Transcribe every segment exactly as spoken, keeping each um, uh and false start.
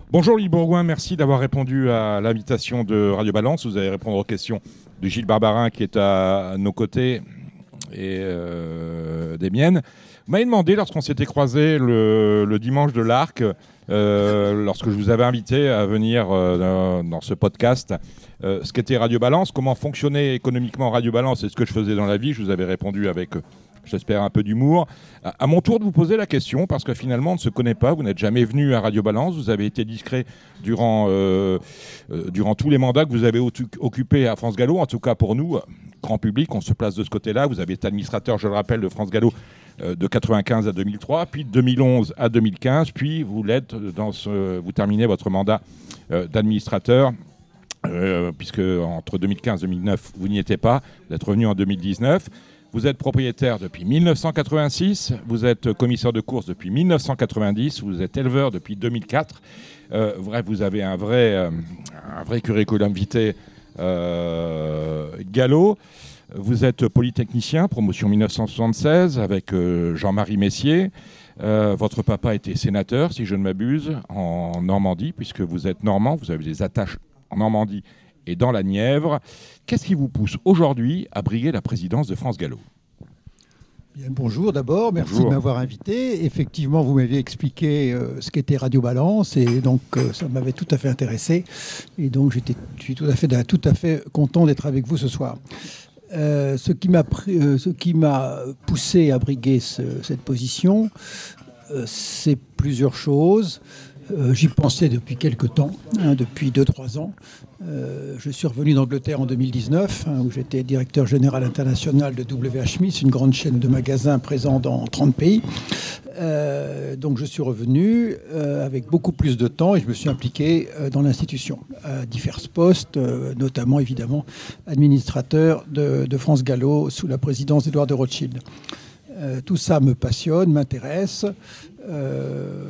Bonjour Louis Bourgoin, merci d'avoir répondu à l'invitation de Radio Balance. Vous allez répondre aux questions de Gilles Barbarin qui est à nos côtés et euh, des miennes. Vous m'avez demandé, lorsqu'on s'était croisés le, le dimanche de l'Arc, euh, lorsque je vous avais invité à venir euh, dans ce podcast, euh, ce qu'était Radio Balance, comment fonctionnait économiquement Radio Balance et ce que je faisais dans la vie. Je vous avais répondu avec, j'espère, un peu d'humour. À, à mon tour de vous poser la question, parce que finalement on ne se connaît pas, vous n'êtes jamais venu à Radio Balance, vous avez été discret durant, euh, euh, durant tous les mandats que vous avez occupés à France Gallo, en tout cas pour nous, grand public, on se place de ce côté-là. Vous avez été administrateur, je le rappelle, de France Gallo euh, de quatre-vingt-quinze à deux mille trois, puis de deux mille onze à deux mille quinze, puis vous l'êtes dans ce, vous terminez votre mandat euh, d'administrateur, euh, puisque entre deux mille quinze et deux mille neuf, vous n'y étiez pas, vous êtes revenu en deux mille dix-neuf. Vous êtes propriétaire depuis mille neuf cent quatre-vingt-six, vous êtes commissaire de course depuis mille neuf cent quatre-vingt-dix, vous êtes éleveur depuis deux mille quatre. Euh, bref, vous avez un vrai, euh, un vrai curriculum vitae euh, Gallo. Vous êtes polytechnicien, promotion mille neuf cent soixante-seize, avec euh, Jean-Marie Messier. Euh, votre papa était sénateur, si je ne m'abuse, en Normandie, puisque vous êtes normand, vous avez des attaches en Normandie et dans la Nièvre. Qu'est-ce qui vous pousse aujourd'hui à briguer la présidence de France Gallo ? Bien, bonjour d'abord, merci bonjour. de m'avoir invité. Effectivement, vous m'aviez expliqué euh, ce qu'était Radio Balance et donc euh, ça m'avait tout à fait intéressé. Et donc j'étais, je suis tout à fait, tout à fait content d'être avec vous ce soir. Euh, ce, qui m'a pris, euh, ce qui m'a poussé à briguer ce, cette position, euh, c'est plusieurs choses. Euh, j'y pensais depuis quelques temps, hein, depuis deux trois ans. Euh, je suis revenu d'Angleterre en deux mille dix-neuf, hein, où j'étais directeur général international de W H Smith, une grande chaîne de magasins présente dans trente pays. Euh, donc je suis revenu euh, avec beaucoup plus de temps et je me suis impliqué euh, dans l'institution, à divers postes, euh, notamment évidemment administrateur de, de France Gallo sous la présidence d'Édouard de Rothschild. Euh, tout ça me passionne, m'intéresse. Euh,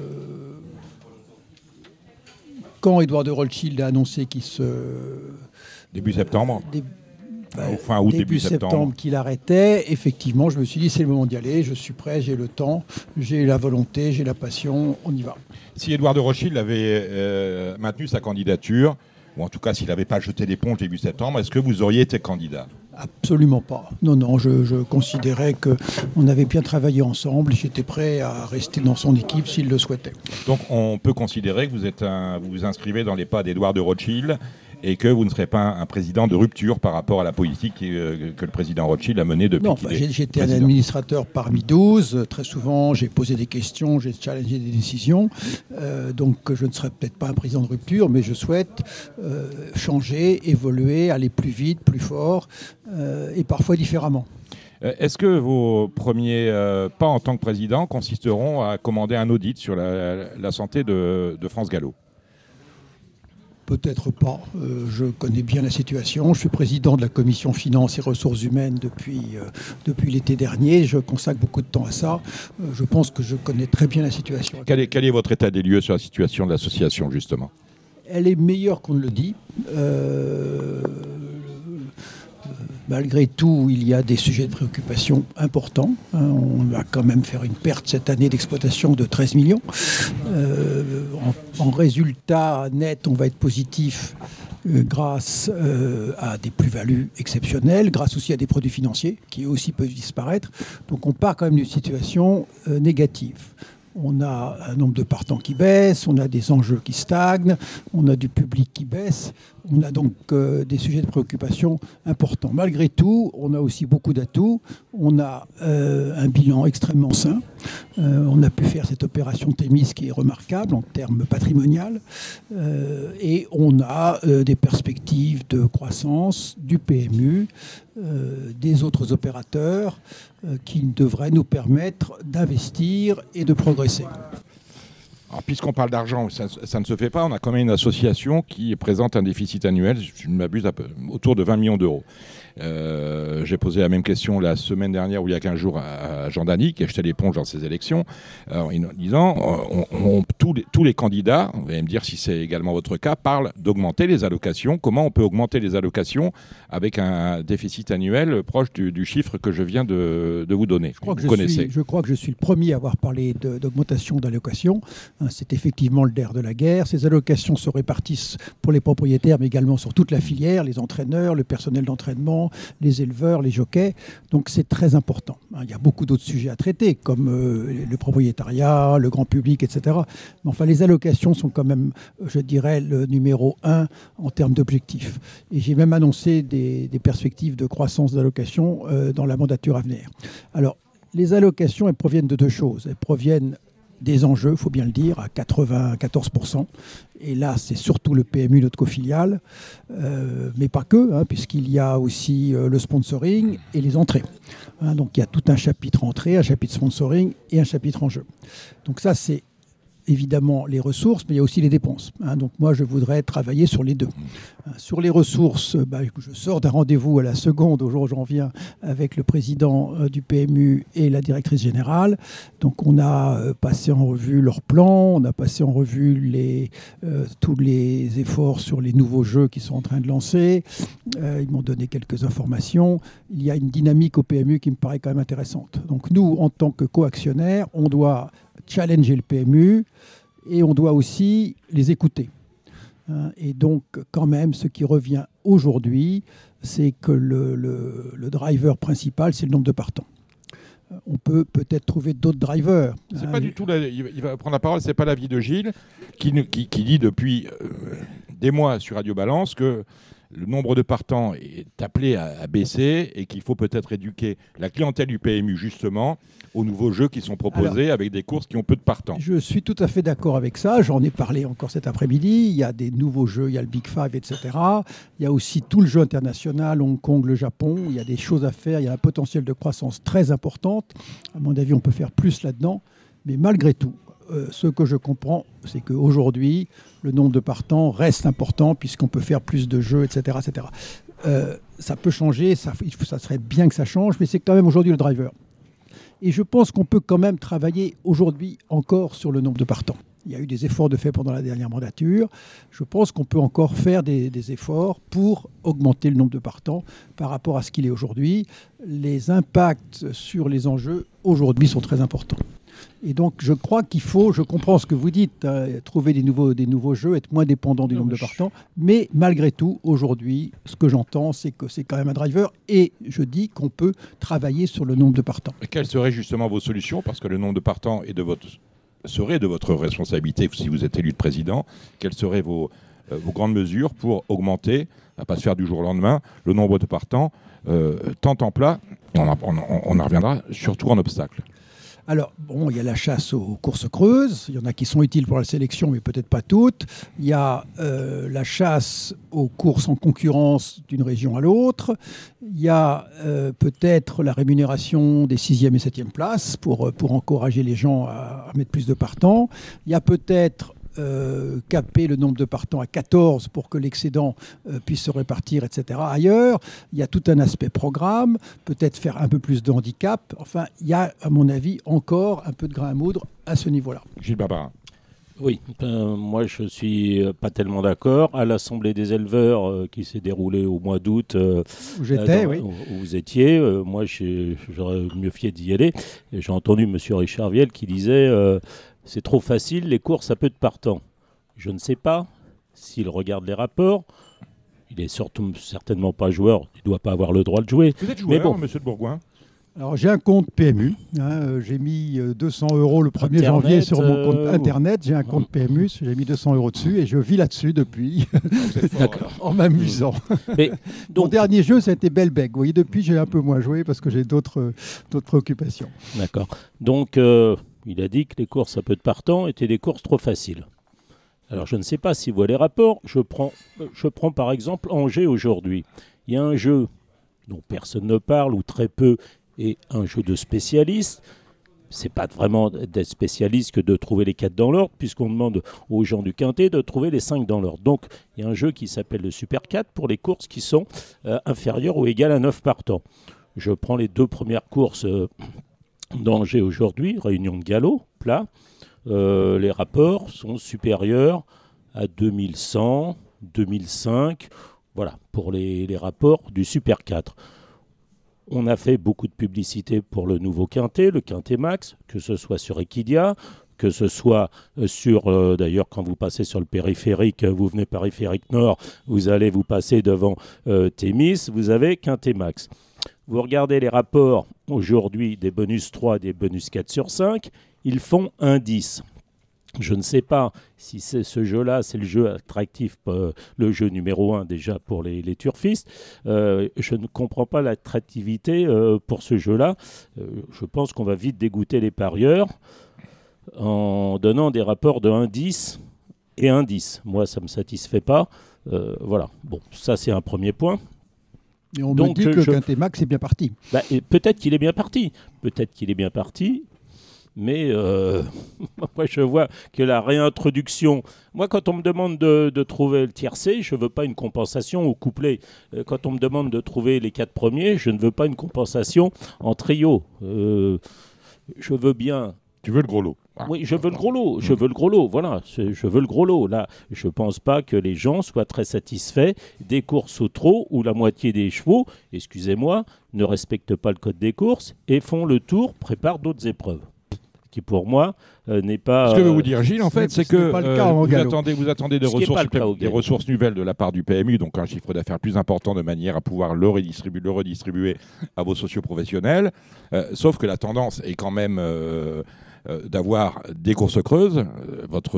Quand Édouard de Rothschild a annoncé qu'il se... Début septembre dé... bah, Au fin août, début, début septembre, septembre qu'il arrêtait, effectivement, je me suis dit, c'est le moment d'y aller, je suis prêt, j'ai le temps, j'ai la volonté, j'ai la passion, on y va. Si Édouard de Rothschild avait euh, maintenu sa candidature, ou en tout cas s'il n'avait pas jeté l'éponge début septembre, est-ce que vous auriez été candidat ? Absolument pas. Non, non, je, je considérais qu'on avait bien travaillé ensemble. J'étais prêt à rester dans son équipe s'il le souhaitait. Donc on peut considérer que vous, êtes un, vous vous inscrivez dans les pas d'Édouard de Rothschild et que vous ne serez pas un président de rupture par rapport à la politique que, que le président Rothschild a menée depuis non, qu'il enfin, est j'étais président. Un administrateur parmi douze. Très souvent, j'ai posé des questions, j'ai challengé des décisions. Euh, donc, je ne serai peut-être pas un président de rupture, mais je souhaite euh, changer, évoluer, aller plus vite, plus fort euh, et parfois différemment. Est-ce que vos premiers euh, pas en tant que président consisteront à commander un audit sur la, la santé de, de France Gallo ? Peut-être pas. Euh, je connais bien la situation. Je suis président de la commission finances et ressources humaines depuis, euh, depuis l'été dernier. Je consacre beaucoup de temps à ça. Euh, je pense que je connais très bien la situation. Quel est, quel est votre état des lieux sur la situation de l'association, justement ? Elle est meilleure qu'on ne le dit. Euh, Malgré tout, il y a des sujets de préoccupation importants. On va quand même faire une perte cette année d'exploitation de treize millions. Euh, en, en résultat net, on va être positif euh, grâce euh, à des plus-values exceptionnelles, grâce aussi à des produits financiers qui aussi peuvent disparaître. Donc on part quand même d'une situation euh, négative. On a un nombre de partants qui baisse, on a des enjeux qui stagnent, on a du public qui baisse, on a donc euh, des sujets de préoccupation importants. Malgré tout, on a aussi beaucoup d'atouts, on a euh, un bilan extrêmement sain, euh, on a pu faire cette opération Thémis qui est remarquable en termes patrimonial, euh, et on a euh, des perspectives de croissance du P M U, euh, des autres opérateurs, euh, qui devraient nous permettre d'investir et de progresser. Alors, puisqu'on parle d'argent, ça, ça ne se fait pas. On a quand même une association qui présente un déficit annuel, je ne m'abuse, autour de vingt millions d'euros. Euh, j'ai posé la même question la semaine dernière ou il y a quinze jours à Jean Dany, qui a jeté l'éponge dans ces élections, en disant on, on, tous, les, tous les candidats, vous allez me dire si c'est également votre cas, parlent d'augmenter les allocations. Comment on peut augmenter les allocations avec un déficit annuel proche du, du chiffre que je viens de, de vous donner ? Je crois, que vous je, connaissez. suis, je crois que je suis le premier à avoir parlé de, d'augmentation d'allocations. C'est effectivement le nerf de la guerre. Ces allocations se répartissent pour les propriétaires, mais également sur toute la filière, les entraîneurs, le personnel d'entraînement, les éleveurs, les jockeys. Donc c'est très important. Il y a beaucoup d'autres sujets à traiter, comme euh, le propriétariat, le grand public, et cetera. Mais enfin, les allocations sont quand même, je dirais, le numéro un en termes d'objectifs. Et j'ai même annoncé des, des perspectives de croissance d'allocations euh, dans la mandature à venir. Alors, les allocations, elles proviennent de deux choses. Elles proviennent des enjeux, il faut bien le dire, à quatre-vingt-quatorze pour cent. Et là, c'est surtout le P M U, notre cofiliale, euh, mais pas que, hein, puisqu'il y a aussi euh, le sponsoring et les entrées. Hein, donc, il y a tout un chapitre entrée, un chapitre sponsoring et un chapitre enjeu. Donc ça, c'est évidemment les ressources, mais il y a aussi les dépenses. Hein. Donc moi, je voudrais travailler sur les deux. Hein. Sur les ressources, bah, je sors d'un rendez-vous à la seconde, au jour où j'en viens, avec le président euh, du P M U et la directrice générale. Donc on a euh, passé en revue leurs plans, on a passé en revue les, euh, tous les efforts sur les nouveaux jeux qu'ils sont en train de lancer. Euh, ils m'ont donné quelques informations. Il y a une dynamique au P M U qui me paraît quand même intéressante. Donc nous, en tant que coactionnaires, on doit challenger le P M U et on doit aussi les écouter. Et donc, quand même, ce qui revient aujourd'hui, c'est que le, le, le driver principal, c'est le nombre de partants. On peut peut-être trouver d'autres drivers. C'est pas du tout la, il va prendre la parole, c'est pas l'avis de Gilles qui, qui, qui dit depuis euh, des mois sur Radio Balance que le nombre de partants est appelé à, à baisser et qu'il faut peut-être éduquer la clientèle du P M U justement aux nouveaux jeux qui sont proposés. Alors, avec des courses qui ont peu de partants. Je suis tout à fait d'accord avec ça. J'en ai parlé encore cet après-midi. Il y a des nouveaux jeux, il y a le Big Five, et cetera. Il y a aussi tout le jeu international, Hong Kong, le Japon. Il y a des choses à faire. Il y a un potentiel de croissance très importante. À mon avis, on peut faire plus là-dedans. Mais malgré tout, euh, ce que je comprends, c'est qu'aujourd'hui, le nombre de partants reste important puisqu'on peut faire plus de jeux, et cetera et cetera. Euh, ça peut changer, ça, ça serait bien que ça change, mais c'est quand même aujourd'hui le driver. Et je pense qu'on peut quand même travailler aujourd'hui encore sur le nombre de partants. Il y a eu des efforts de fait pendant la dernière mandature. Je pense qu'on peut encore faire des, des efforts pour augmenter le nombre de partants par rapport à ce qu'il est aujourd'hui. Les impacts sur les enjeux aujourd'hui sont très importants. Et donc, je crois qu'il faut, je comprends ce que vous dites, euh, trouver des nouveaux, des nouveaux jeux, être moins dépendant du non, nombre de partants. Mais malgré tout, aujourd'hui, ce que j'entends, c'est que c'est quand même un driver. Et je dis qu'on peut travailler sur le nombre de partants. Et quelles seraient justement vos solutions? Parce que le nombre de partants est de votre, serait de votre responsabilité si vous êtes élu de président. Quelles seraient vos, euh, vos grandes mesures pour augmenter, à ne pas se faire du jour au lendemain, le nombre de partants, euh, tant en plat, on en, on, on en reviendra, surtout en obstacle? Alors, bon, il y a la chasse aux courses creuses. Il y en a qui sont utiles pour la sélection, mais peut-être pas toutes. Il y a euh, la chasse aux courses en concurrence d'une région à l'autre. Il y a euh, peut-être la rémunération des sixième et septième places pour, pour encourager les gens à, à mettre plus de partants. Il y a peut-être Euh, caper le nombre de partants à quatorze pour que l'excédent euh, puisse se répartir, et cetera. Ailleurs, il y a tout un aspect programme, peut-être faire un peu plus de handicap. Enfin, il y a, à mon avis, encore un peu de grain à moudre à ce niveau-là. Gilles Barbarin. Oui, euh, moi je suis pas tellement d'accord. À l'Assemblée des éleveurs euh, qui s'est déroulée au mois d'août, euh, où j'étais, dans, oui. Où, où vous étiez, euh, moi j'aurais mieux fait d'y aller. Et j'ai entendu M. Richard Viel qui disait euh, c'est trop facile, les courses à peu de partants. Je ne sais pas s'il regarde les rapports. Il est surtout certainement pas joueur, il ne doit pas avoir le droit de jouer. Vous êtes joueur, mais bon. M. de Bourgoin? Alors, j'ai un compte P M U. Hein, j'ai mis deux cents euros le premier Internet, janvier sur mon compte euh, Internet. J'ai un compte P M U, j'ai mis deux cents euros dessus et je vis là-dessus depuis, D'accord. en m'amusant. Mais, donc, mon dernier jeu, ça a été Belbec. Vous voyez, depuis, j'ai un peu moins joué parce que j'ai d'autres, d'autres préoccupations. D'accord. Donc, euh, il a dit que les courses à peu de partants étaient des courses trop faciles. Alors, je ne sais pas s'il voit les rapports. Je prends, je prends par exemple Angers aujourd'hui. Il y a un jeu dont personne ne parle ou très peu, et un jeu de spécialistes. C'est pas vraiment d'être spécialiste que de trouver les quatre dans l'ordre, puisqu'on demande aux gens du Quintet de trouver les cinq dans l'ordre. Donc, il y a un jeu qui s'appelle le Super quatre pour les courses qui sont euh, inférieures ou égales à neuf partants. Je prends les deux premières courses euh, d'Angers aujourd'hui, Réunion de Galop, plat. Euh, les rapports sont supérieurs à deux mille cent, deux mille cinq, voilà, pour les, les rapports du Super quatre. On a fait beaucoup de publicité pour le nouveau Quintet, le Quintet Max, que ce soit sur Equidia, que ce soit sur, euh, d'ailleurs, quand vous passez sur le périphérique, vous venez périphérique nord, vous allez vous passer devant euh, Thémis, vous avez Quintet Max. Vous regardez les rapports aujourd'hui des bonus trois, des bonus quatre sur cinq, ils font un dix. Je ne sais pas si c'est ce jeu-là, c'est le jeu attractif, euh, le jeu numéro un déjà pour les, les turfistes. Euh, je ne comprends pas l'attractivité euh, pour ce jeu-là. Euh, je pense qu'on va vite dégoûter les parieurs en donnant des rapports de un dix et un dix. Moi, ça ne me satisfait pas. Euh, voilà. Bon, ça c'est un premier point. Et on Donc, me dit que je... Quintet Max est bien parti. Bah, peut-être qu'il est bien parti. Peut-être qu'il est bien parti. Mais euh, moi, je vois que la réintroduction... Moi, quand on me demande de, de trouver le tiercé, je ne veux pas une compensation au couplet. Euh, quand on me demande de trouver les quatre premiers, je ne veux pas une compensation en trio. Euh, je veux bien... Tu veux le gros lot. Ah. Oui, je veux le gros lot. Je veux le gros lot. Voilà, je veux le gros lot. Là, je ne pense pas que les gens soient très satisfaits des courses au trot où la moitié des chevaux, excusez-moi, ne respectent pas le code des courses et font le tour, préparent d'autres épreuves. Qui pour moi euh, n'est pas... Ce que veut euh, vous dire Gilles, en fait, c'est que euh, vous, attendez, vous attendez des ressources, des ressources nouvelles de la part du P M U, donc un chiffre d'affaires plus important de manière à pouvoir le redistribuer, le redistribuer à vos socioprofessionnels. Euh, sauf que la tendance est quand même euh, euh, d'avoir des courses creuses. Euh, votre,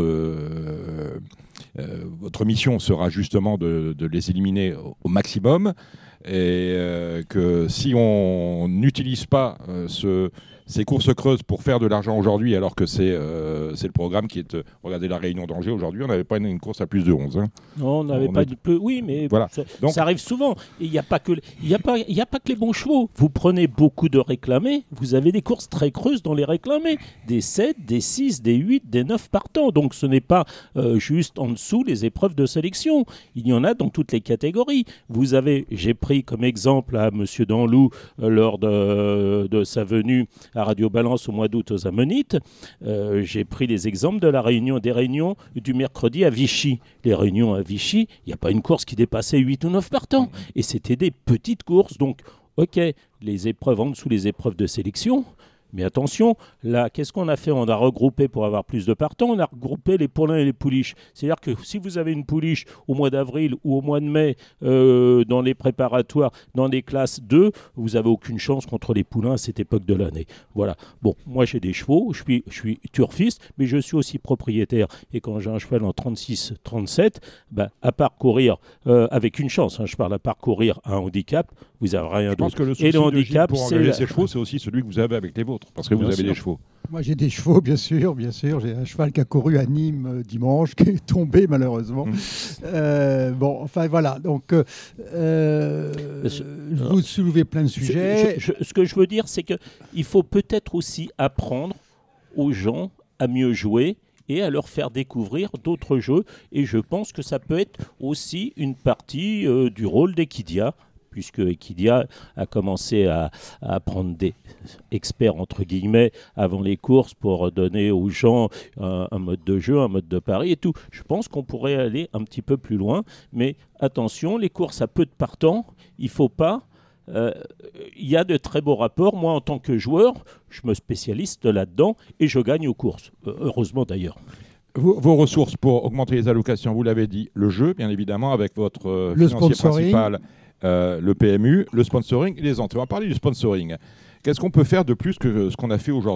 euh, euh, votre mission sera justement de, de les éliminer au, au maximum. Et euh, que si on n'utilise pas euh, ce... ces courses creuses pour faire de l'argent aujourd'hui, alors que c'est euh, c'est le programme qui est... Euh, regardez la Réunion d'Angers, aujourd'hui, on n'avait pas une, une course à plus de onze. Hein. Non, on n'avait pas a... de peu... Oui, mais voilà. ça, Donc... ça arrive souvent. Il n'y a, pas que, y a, pas, y a pas que les bons chevaux. Vous prenez beaucoup de réclamés, vous avez des courses très creuses dans les réclamés. Des sept, des six, des huit, des neuf partants. Donc ce n'est pas euh, juste en dessous les épreuves de sélection. Il y en a dans toutes les catégories. Vous avez, j'ai pris comme exemple à M. Danlou euh, lors de, de sa venue à Radio Balance au mois d'août aux Ammonites, euh, j'ai pris les exemples de la réunion, des réunions du mercredi à Vichy. Les réunions à Vichy, il n'y a pas une course qui dépassait huit ou neuf partants. Et c'était des petites courses. Donc, ok, les épreuves en dessous, les épreuves de sélection. Mais attention, là, qu'est-ce qu'on a fait? On a regroupé pour avoir plus de partants, on a regroupé les poulains et les pouliches. C'est-à-dire que si vous avez une pouliche au mois d'avril ou au mois de mai euh, dans les préparatoires, dans les classes deux, vous n'avez aucune chance contre les poulains à cette époque de l'année. Voilà. Bon, moi j'ai des chevaux, je suis, je suis turfiste, mais je suis aussi propriétaire. Et quand j'ai un cheval en trente-six trente-sept, ben, à parcourir, euh, avec une chance, hein, je parle à parcourir un handicap, vous n'avez rien d'autre. Je pense que le souci et le handicap, de Gilles pour c'est... engager ses chevaux, c'est aussi celui que vous avez avec les vôtres, parce que bien vous avez sûr. Des chevaux. Moi, j'ai des chevaux, bien sûr, bien sûr. J'ai un cheval qui a couru à Nîmes euh, dimanche, qui est tombé malheureusement. Mmh. Euh, bon, enfin voilà. Donc, euh, euh, vous soulevez plein de sujets. Je, je, ce que je veux dire, c'est qu'il faut peut-être aussi apprendre aux gens à mieux jouer et à leur faire découvrir d'autres jeux. Et je pense que ça peut être aussi une partie euh, du rôle d'Equidia, puisque Equidia a commencé à, à prendre des experts, entre guillemets, avant les courses pour donner aux gens un, un mode de jeu, un mode de pari et tout. Je pense qu'on pourrait aller un petit peu plus loin, mais attention, les courses à peu de partants, il ne faut pas... Il euh, y a de très beaux rapports. Moi, en tant que joueur, je me spécialise là-dedans et je gagne aux courses. Euh, heureusement, d'ailleurs. Vos, vos ressources pour augmenter les allocations, vous l'avez dit, le jeu, bien évidemment, avec votre euh, le financier sponsoring. principal, euh, le P M U, le sponsoring et les entrées. On va parler du sponsoring. Qu'est-ce qu'on peut faire de plus que ce qu'on a fait aujourd'hui ?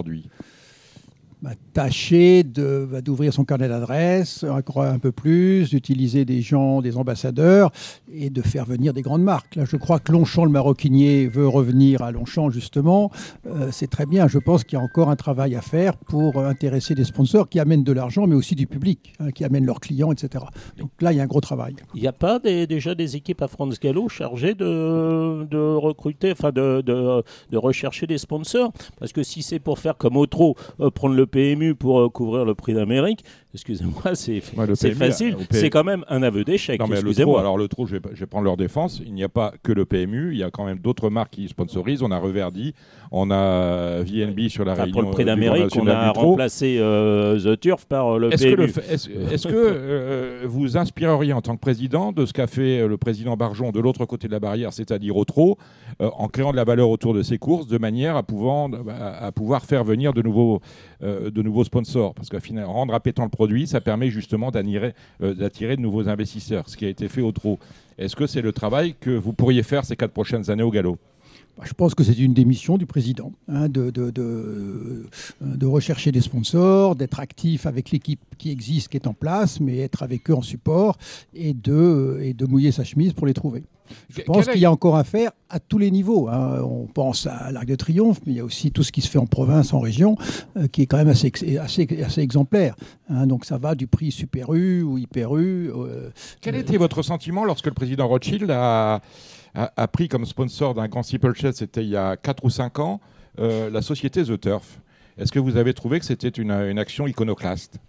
Bah, tâcher de, bah, d'ouvrir son carnet d'adresses, un peu plus, d'utiliser des gens, des ambassadeurs et de faire venir des grandes marques. Là, je crois que Longchamp, le maroquinier, veut revenir à Longchamp, justement. Euh, c'est très bien. Je pense qu'il y a encore un travail à faire pour euh, intéresser des sponsors qui amènent de l'argent, mais aussi du public, hein, qui amènent leurs clients, et cetera. Donc là, il y a un gros travail. Il n'y a pas des, déjà des équipes à France Gallo chargées de, de recruter, enfin de, de, de rechercher des sponsors? Parce que si c'est pour faire comme au trot, euh, prendre le P M U pour euh, couvrir le prix d'Amérique, excusez-moi, c'est, ouais, c'est facile. P M U, c'est quand même un aveu d'échec. Non, mais excusez-moi. Le trot, alors le trot, je vais, je vais prendre leur défense. Il n'y a pas que le P M U, il y a quand même d'autres marques qui sponsorisent. On a Reverdy, On a V N B sur la Enfin, réunion. pour le prix d'Amérique, on a remplacé euh, The Turf par euh, le est-ce P M U. Que le fait, est-ce, est-ce que euh, vous inspireriez en tant que président de ce qu'a fait le président Barjon de l'autre côté de la barrière, c'est-à-dire au trot, euh, en créant de la valeur autour de ces courses, de manière à pouvoir, à pouvoir faire venir de nouveaux, euh, de nouveaux sponsors? Parce que finalement, rendre appétant le produit, ça permet justement d'attirer, euh, d'attirer de nouveaux investisseurs, ce qui a été fait au trot. Est-ce que c'est le travail que vous pourriez faire ces quatre prochaines années au galop? Je pense que c'est une des missions du président, hein, de, de, de, de rechercher des sponsors, d'être actif avec l'équipe qui existe, qui est en place, mais être avec eux en support et de, et de mouiller sa chemise pour les trouver. Je pense qu'il y a encore à faire à tous les niveaux, hein. On pense à l'Arc de Triomphe, mais il y a aussi tout ce qui se fait en province, en région, euh, qui est quand même assez, assez, assez exemplaire, hein. Donc ça va du prix Super U ou Hyper U. Euh, Quel euh, était votre sentiment lorsque le président Rothschild a... A, a pris comme sponsor d'un grand steeplechase, c'était il y a quatre ou cinq ans, euh, la société The Turf? Est-ce que vous avez trouvé que c'était une, une action iconoclaste?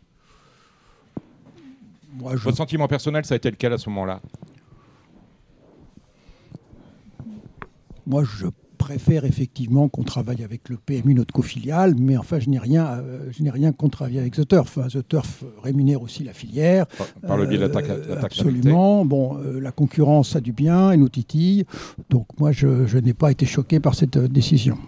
Moi, je... Votre sentiment personnel, ça a été lequel à ce moment-là? Moi, je préfère effectivement qu'on travaille avec le P M U, notre co-filiale, mais enfin, je n'ai rien, euh, je n'ai rien contre travailler avec The Turf. The Turf rémunère aussi la filière. Par, par le biais de la taxe. Euh, absolument. Bon, euh, la concurrence a du bien, elle nous titille. Donc moi, je, je n'ai pas été choqué par cette euh, décision.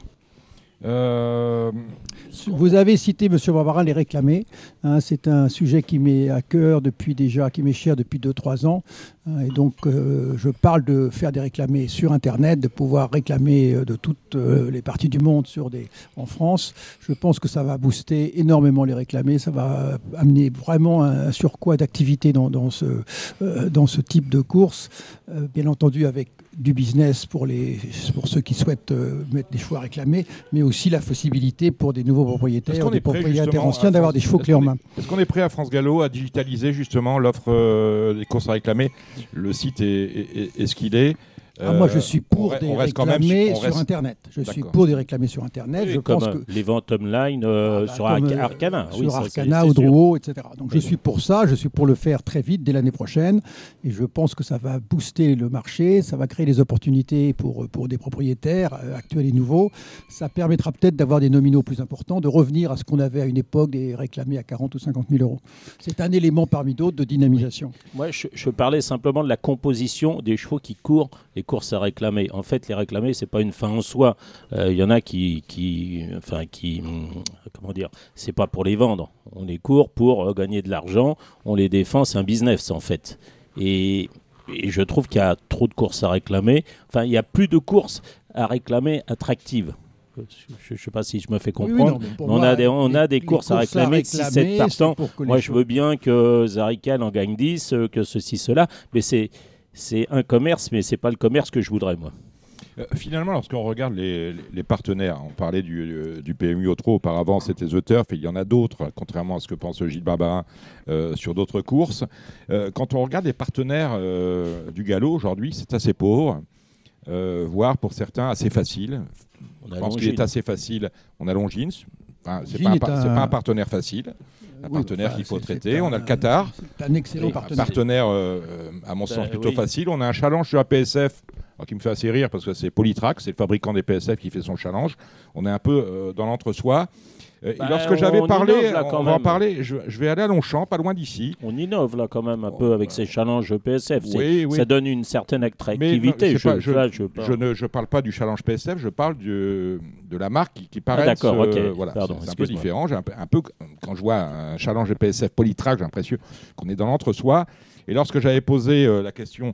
Euh... Vous avez cité, M. Barbarin, les réclamés. Hein, c'est un sujet qui m'est à cœur depuis déjà, qui m'est cher depuis deux trois ans. Hein, et donc, euh, je parle de faire des réclamés sur Internet, de pouvoir réclamer de toutes euh, les parties du monde sur des, en France. Je pense que ça va booster énormément les réclamés. Ça va amener vraiment un surcroît d'activité dans, dans, ce, euh, dans ce type de course. Euh, bien entendu, avec du business pour, les, pour ceux qui souhaitent euh, mettre des chevaux à réclamer, mais aussi la possibilité pour des nouveaux propriétaires, des propriétaires anciens d'avoir des chevaux clés en main. Est-ce qu'on est prêt à France Gallo à digitaliser justement l'offre euh, des courses à réclamer? Le site est, est, est, est ce qu'il est. Ah, moi, je suis pour on, des on réclamés sur, reste... sur Internet. Je suis pour des réclamés sur Internet. Oui, je comme pense euh, que... les ventes online euh, ah, bah, sur comme, Arcana. Sur oui, Arcana ou Drouot, et cetera. Donc, oui. Je suis pour ça. Je suis pour le faire très vite, dès l'année prochaine. Et je pense que ça va booster le marché. Ça va créer des opportunités pour, pour des propriétaires euh, actuels et nouveaux. Ça permettra peut-être d'avoir des nominaux plus importants, de revenir à ce qu'on avait à une époque, des réclamés à quarante ou cinquante mille euros. C'est un élément parmi d'autres de dynamisation. Moi, je, je parlais simplement de la composition des chevaux qui courent les courses à réclamer. En fait, les réclamer, c'est pas une fin en soi. Il euh, y en a qui, qui, enfin, qui, comment dire, c'est pas pour les vendre. On les court pour euh, gagner de l'argent. On les défend, c'est un business en fait. Et, et je trouve qu'il y a trop de courses à réclamer. Enfin, il y a plus de courses à réclamer attractives. Je ne sais pas si je me fais comprendre. Oui, oui, non, mais on, moi, a des, on les, a des courses, courses à réclamer de six sept partants. Moi, je veux bien que Zarical en gagne dix, que ceci, cela. Mais c'est, c'est un commerce, mais ce n'est pas le commerce que je voudrais, moi. Euh, finalement, lorsqu'on regarde les, les partenaires, on parlait du, du P M U au trot, auparavant c'était The Turf, et il y en a d'autres, contrairement à ce que pense Gilles Barbarin euh, sur d'autres courses. Euh, quand on regarde les partenaires euh, du galop aujourd'hui, c'est assez pauvre, euh, voire pour certains assez facile. Je pense qu'il est assez facile. On a Longines, enfin, c'est pas, un, un... pas un partenaire facile. Un oui, partenaire enfin, qu'il faut traiter. Un, on a le Qatar. C'est un excellent partenaire. Un partenaire, euh, à mon sens, plutôt oui. facile. On a un challenge sur la P S F alors, qui me fait assez rire parce que c'est Polytrack, c'est le fabricant des P S F qui fait son challenge. On est un peu euh, dans l'entre-soi. Euh, bah, et lorsque j'avais parlé, là, on, on va en parler, je, je vais aller à Longchamp, pas loin d'ici. On innove là quand même un oh, peu avec bah, ces challenges P S F. Oui, oui. Ça donne une certaine attractivité. Mais, je, pas, je, là, je, je ne je parle pas du challenge P S F, je parle du, de la marque qui, qui paraît. Ah, d'accord, euh, ok. Voilà, Pardon, c'est un peu différent. J'ai un peu, un peu, quand je vois un challenge P S F Polytrack, j'ai l'impression qu'on est dans l'entre-soi. Et lorsque j'avais posé euh, la question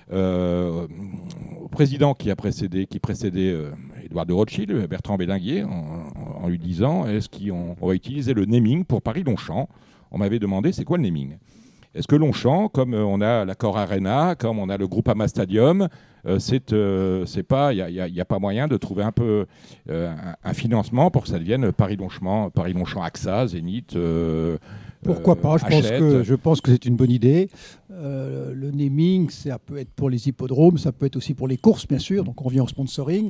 Euh, au président qui a précédé, qui précédait euh, Édouard de Rothschild, Bertrand Bélinguier, en, en, en lui disant est-ce qu'on va utiliser le naming pour Paris-Longchamp? On m'avait demandé c'est quoi le naming? Est-ce que Longchamp, comme euh, on a l'Accor Arena, comme on a le Groupama Stadium, euh, c'est, euh, c'est pas, il n'y a, a, a pas moyen de trouver un peu euh, un, un financement pour que ça devienne Paris-Longchamp, Paris-Longchamp A X A, Zénith. Euh, Pourquoi pas? Je pense, que, je pense que c'est une bonne idée. Euh, le naming, ça peut être pour les hippodromes, ça peut être aussi pour les courses, bien sûr. Donc on revient au sponsoring.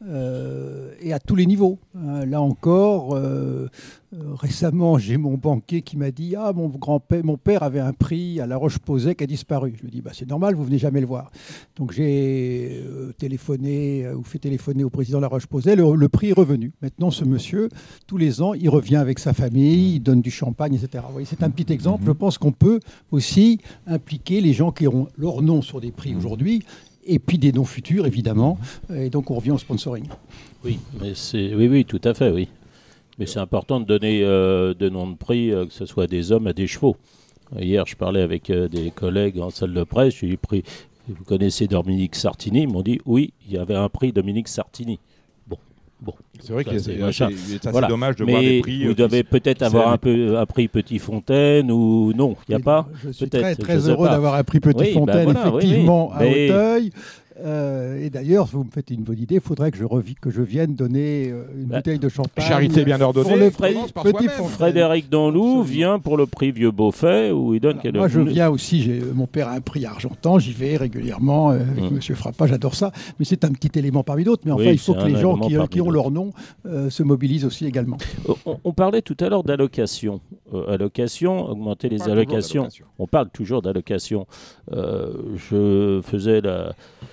Euh, et à tous les niveaux. Hein, là encore, euh, euh, récemment, j'ai mon banquier qui m'a dit « Ah, mon grand-père, mon père avait un prix à La Roche-Posay qui a disparu. » Je lui ai dit bah, « C'est normal, vous venez jamais le voir. » Donc j'ai avez euh, téléphoné euh, ou fait téléphoner au président de La Roche-Posay, le, le prix est revenu. Maintenant, ce monsieur, tous les ans, il revient avec sa famille, il donne du champagne, et cetera. Vous voyez, c'est un petit exemple. Mmh. Je pense qu'on peut aussi impliquer les gens qui auront leur nom sur des prix mmh. aujourd'hui, et puis des noms futurs, évidemment. Et donc, on revient au sponsoring. Oui, mais c'est... oui, oui, tout à fait, oui. Mais c'est important de donner euh, de noms de prix, euh, que ce soit des hommes à des chevaux. Hier, je parlais avec euh, des collègues en salle de presse, j'ai eu pris... Vous connaissez Dominique Sartini? Ils m'ont dit oui, il y avait un prix Dominique Sartini. Bon, bon. C'est vrai qu'il est, c'est, est, est assez voilà. dommage de Mais voir des prix. Vous devez peut-être avoir un, peu, un prix Petit Fontaine ou non, il n'y a pas. Je suis peut-être, très, très je heureux d'avoir un prix Petit oui, Fontaine, ben voilà, effectivement, oui, oui. à Mais... Auteuil. Euh, et d'ailleurs, vous me faites une bonne idée, il faudrait que je, revi- que je vienne donner euh, une bah, bouteille de champagne. Charité bien ordonnée. Pour le Fred, Petit Fontaine. Frédéric Danlou vient pour le prix Vieux Beaufait où il donne... Alors, moi, je viens aussi, j'ai, mon père a un prix Argentan, j'y vais régulièrement euh, avec mmh. M. Frappa, j'adore ça. Mais c'est un petit élément parmi d'autres. Mais enfin, oui, il faut que les gens qui, qui ont d'autres. leur nom euh, se mobilisent aussi également. On, on parlait tout à l'heure d'allocation. Euh, allocation, augmenter les allocations. On parle toujours d'allocation. Euh, je faisais la...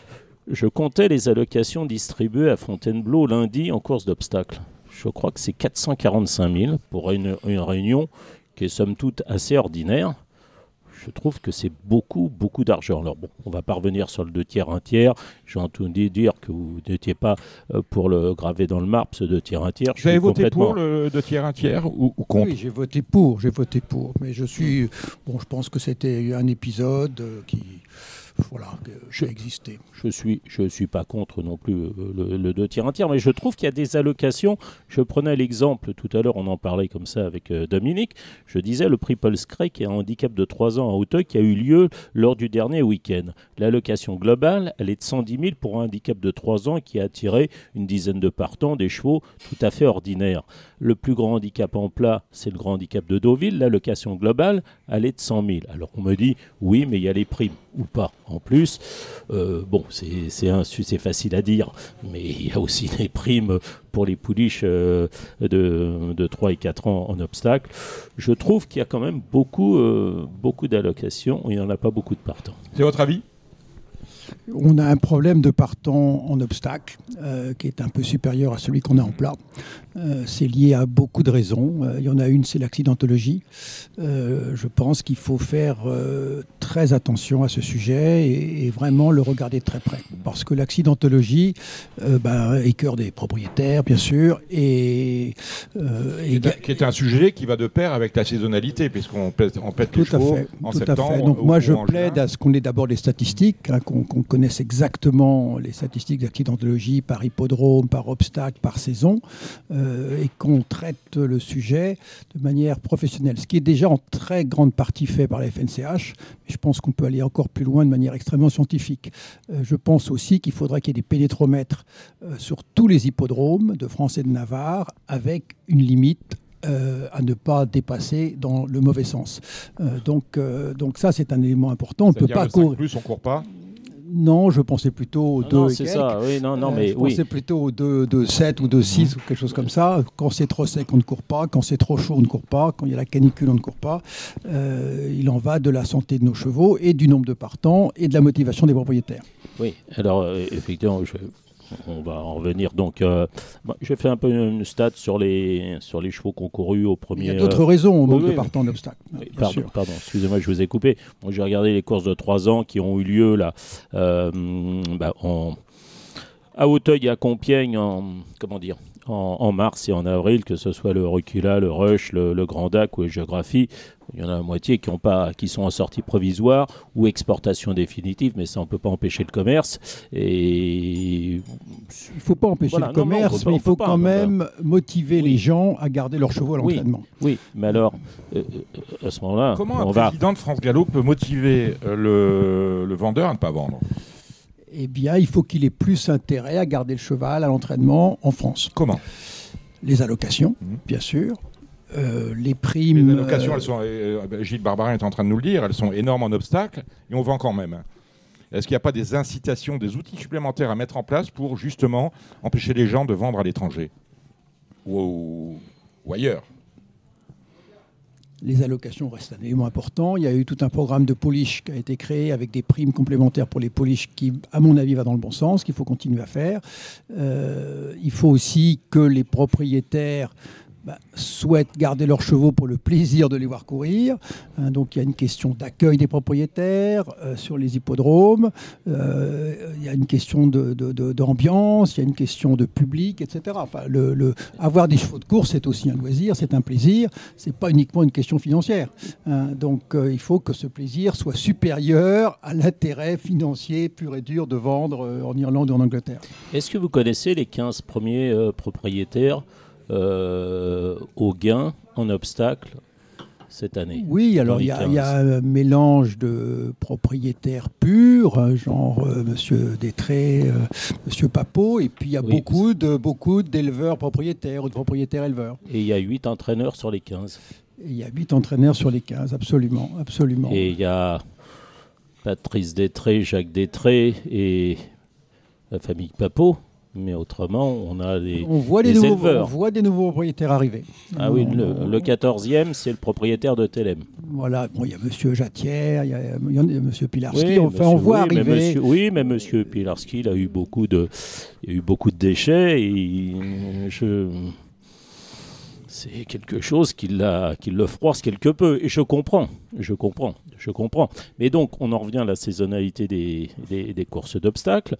Je comptais les allocations distribuées à Fontainebleau lundi en course d'obstacles. Je crois que c'est quatre cent quarante-cinq mille pour une, une réunion qui est somme toute assez ordinaire. Je trouve que c'est beaucoup, beaucoup d'argent. Alors bon, on va pas revenir sur le deux tiers, un tiers. J'ai entendu dire que vous n'étiez pas pour le graver dans le marbre, ce deux tiers, un tiers. Vous avez voté complètement... pour le deux tiers, un tiers ou, ou contre? Oui, j'ai voté pour, j'ai voté pour. Mais je suis... Bon, je pense que c'était un épisode qui... Voilà, j'ai existé. Je suis, je suis pas contre non plus le, le deux tiers, un tiers, mais je trouve qu'il y a des allocations. Je prenais l'exemple, tout à l'heure on en parlait comme ça avec euh, Dominique, je disais le prix Paul Scray qui a un handicap de trois ans à Auteuil qui a eu lieu lors du dernier week-end. L'allocation globale, elle est de cent dix mille pour un handicap de trois ans qui a attiré une dizaine de partants, des chevaux tout à fait ordinaires. Le plus grand handicap en plat, c'est le grand handicap de Deauville. L'allocation globale, elle est de cent mille. Alors on me dit, oui, mais il y a les primes, ou pas. En plus, euh, bon, c'est, c'est, un, c'est facile à dire, mais il y a aussi des primes pour les pouliches euh, de, de trois et quatre ans en obstacle. Je trouve qu'il y a quand même beaucoup, euh, beaucoup d'allocations, il n'y en a pas beaucoup de partants. C'est votre avis ? On a un problème de partants en obstacle euh, qui est un peu supérieur à celui qu'on a en plat. Euh, c'est lié à beaucoup de raisons. Euh, il y en a une, c'est l'accidentologie. Euh, je pense qu'il faut faire euh, très attention à ce sujet et, et vraiment le regarder de très près. Parce que l'accidentologie euh, ben, écœure des propriétaires, bien sûr. Et, euh, et qui, est, qui est un sujet qui va de pair avec la saisonnalité, puisqu'on pète, on pète les chevaux fait, en tout septembre. À fait. Donc ou, moi, ou je en plaide juin. à ce qu'on ait d'abord les statistiques, hein, qu'on, qu'on connaisse exactement les statistiques d'accidentologie par hippodrome, par obstacle, par saison, euh, et qu'on traite le sujet de manière professionnelle. Ce qui est déjà en très grande partie fait par la F N C H, mais je pense qu'on peut aller encore plus loin de manière extrêmement scientifique. Euh, je pense aussi qu'il faudrait qu'il y ait des pénétromètres euh, sur tous les hippodromes de France et de Navarre, avec une limite Euh, à ne pas dépasser dans le mauvais sens. Euh, donc, euh, donc ça, c'est un élément important. On ne peut pas courir. Plus, on court pas. Non, je pensais plutôt aux deux. Non, et c'est quelques. ça. Oui, non, non, euh, mais je pensais oui. plutôt aux deux sept ou deux six mmh. ou quelque chose comme ça. Quand c'est trop sec, on ne court pas. Quand c'est trop chaud, on ne court pas. Quand il y a la canicule, on ne court pas. Euh, il en va de la santé de nos chevaux et du nombre de partants et de la motivation des propriétaires. Oui. Alors euh, effectivement, je. On va en revenir. Donc, euh, bah, j'ai fait un peu une stat sur les, sur les chevaux concourus au premier... Il y a d'autres euh... raisons au manque oui, de oui. partants d'obstacles. Oui, pardon, pardon, excusez-moi, je vous ai coupé. Moi, j'ai regardé les courses de trois ans qui ont eu lieu là, euh, bah, en, à Auteuil et à Compiègne en... Comment dire En, en mars et en avril, que ce soit le Recula, le Rush, le, le Grand Dac ou la Géographie, il y en a la moitié qui, ont pas, qui sont en sortie provisoire ou exportation définitive, mais ça, on ne peut pas empêcher le commerce. Et... Il ne faut pas empêcher voilà, le commerce, non, non, mais il faut pas, quand même pas. motiver oui. les gens à garder leurs chevaux à l'entraînement. Oui, oui. Mais alors, euh, à ce moment-là... Comment on un va... président de France Gallo peut motiver euh, le, le vendeur à ne pas vendre ? Eh bien, il faut qu'il ait plus intérêt à garder le cheval à l'entraînement en France. Comment ? Les allocations, mmh. bien sûr. Euh, les primes... Les allocations, elles sont, euh, Gilles Barbarin est en train de nous le dire, elles sont énormes en obstacles et on vend quand même. Est-ce qu'il n'y a pas des incitations, des outils supplémentaires à mettre en place pour justement empêcher les gens de vendre à l'étranger ou, ou, ou ailleurs ? Les allocations restent un élément important. Il y a eu tout un programme de polish qui a été créé avec des primes complémentaires pour les polish qui, à mon avis, va dans le bon sens, qu'il faut continuer à faire. Euh, il faut aussi que les propriétaires bah, souhaitent garder leurs chevaux pour le plaisir de les voir courir. Hein, donc il y a une question d'accueil des propriétaires euh, sur les hippodromes, euh, il y a une question de, de, de, d'ambiance, il y a une question de public, et cetera. Enfin, le, le, avoir des chevaux de course, c'est aussi un loisir, c'est un plaisir, c'est pas uniquement une question financière. Hein, donc euh, il faut que ce plaisir soit supérieur à l'intérêt financier pur et dur de vendre euh, en Irlande ou en Angleterre. Est-ce que vous connaissez les quinze premiers euh, propriétaires Euh, au gain en obstacle cette année? Oui, alors il y, y a un mélange de propriétaires purs, genre euh, Monsieur Détré, euh, Monsieur Papot, et puis il y a oui, beaucoup, de, beaucoup d'éleveurs propriétaires ou de propriétaires éleveurs. Et il y a huit entraîneurs sur les quinze. Et il y a huit entraîneurs sur les quinze, absolument, absolument. Et il y a Patrice Détré, Jacques Détré et la famille Papot. Mais autrement, on a des, on voit des nouveaux, éleveurs. On voit des nouveaux propriétaires arriver. Ah on, oui, le, le quatorzième, c'est le propriétaire de Télém. Voilà, bon, il y a M. Jatière, il y a, il y a M. Pilarski, oui, enfin, monsieur, on voit oui, arriver... Mais monsieur, oui, mais M. Pilarski, il a eu beaucoup de, il a eu beaucoup de déchets et je... c'est quelque chose qui, l'a, qui le froisse quelque peu. Et je comprends, je comprends, je comprends. Mais donc, on en revient à la saisonnalité des, des, des courses d'obstacles.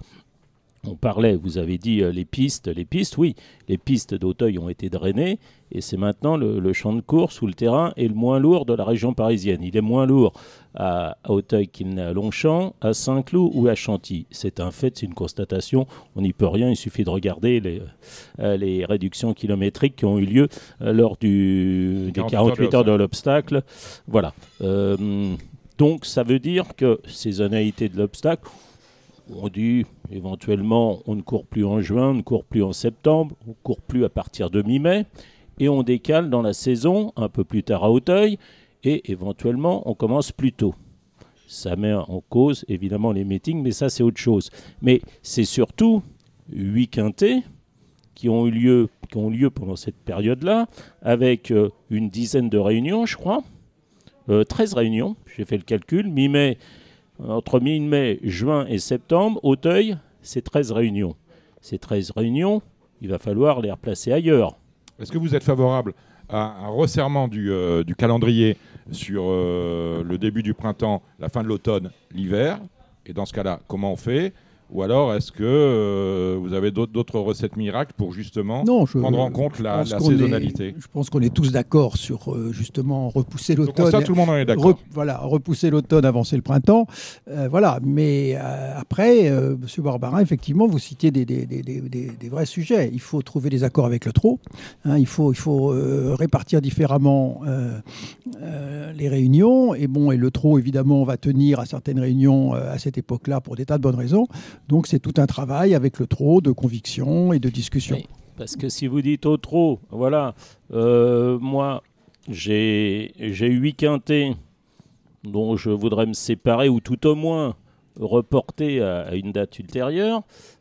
On parlait, vous avez dit euh, les pistes, les pistes, oui, les pistes d'Auteuil ont été drainées et c'est maintenant le, le champ de course où le terrain est le moins lourd de la région parisienne. Il est moins lourd à, à Auteuil qu'il n'est à Longchamp, à Saint-Cloud ou à Chantilly. C'est un fait, c'est une constatation, on n'y peut rien, il suffit de regarder les, euh, les réductions kilométriques qui ont eu lieu euh, lors du, des quarante-huit heures de l'obstacle. Voilà. Euh, donc ça veut dire que saisonnalité de l'obstacle, on dit éventuellement on ne court plus en juin, on ne court plus en septembre, on ne court plus à partir de mi-mai et on décale dans la saison un peu plus tard à Auteuil et éventuellement on commence plus tôt. Ça met en cause évidemment les meetings, mais ça c'est autre chose. Mais c'est surtout huit quintés qui ont eu lieu, qui ont eu lieu pendant cette période-là avec euh, une dizaine de réunions je crois, euh, treize réunions, j'ai fait le calcul, mi-mai. Entre mi-mai, juin et septembre, Auteuil, c'est treize réunions. Ces treize réunions, il va falloir les replacer ailleurs. Est-ce que vous êtes favorable à un resserrement du, euh, du calendrier sur euh, le début du printemps, la fin de l'automne, l'hiver? Et dans ce cas-là, comment on fait? Ou alors, est-ce que euh, vous avez d'autres, d'autres recettes miracles pour justement non, je, prendre en compte la, la saisonnalité? est, Je pense qu'on est tous d'accord sur euh, justement repousser l'automne. Ça, tout le monde en est d'accord. Re, voilà, repousser l'automne, avancer le printemps. Euh, voilà, mais euh, après, euh, M. Barbarin, effectivement, vous citiez des, des, des, des, des, des vrais sujets. Il faut trouver des accords avec le trot. Hein, il faut, il faut euh, répartir différemment euh, euh, les réunions. Et bon, et le trot, évidemment, va tenir à certaines réunions euh, à cette époque-là pour des tas de bonnes raisons. Donc c'est tout un travail avec le trot de conviction et de discussion. Oui, parce que si vous dites au trot, voilà, euh, moi j'ai, j'ai huit quintés dont je voudrais me séparer ou tout au moins reporter à, à une date ultérieure.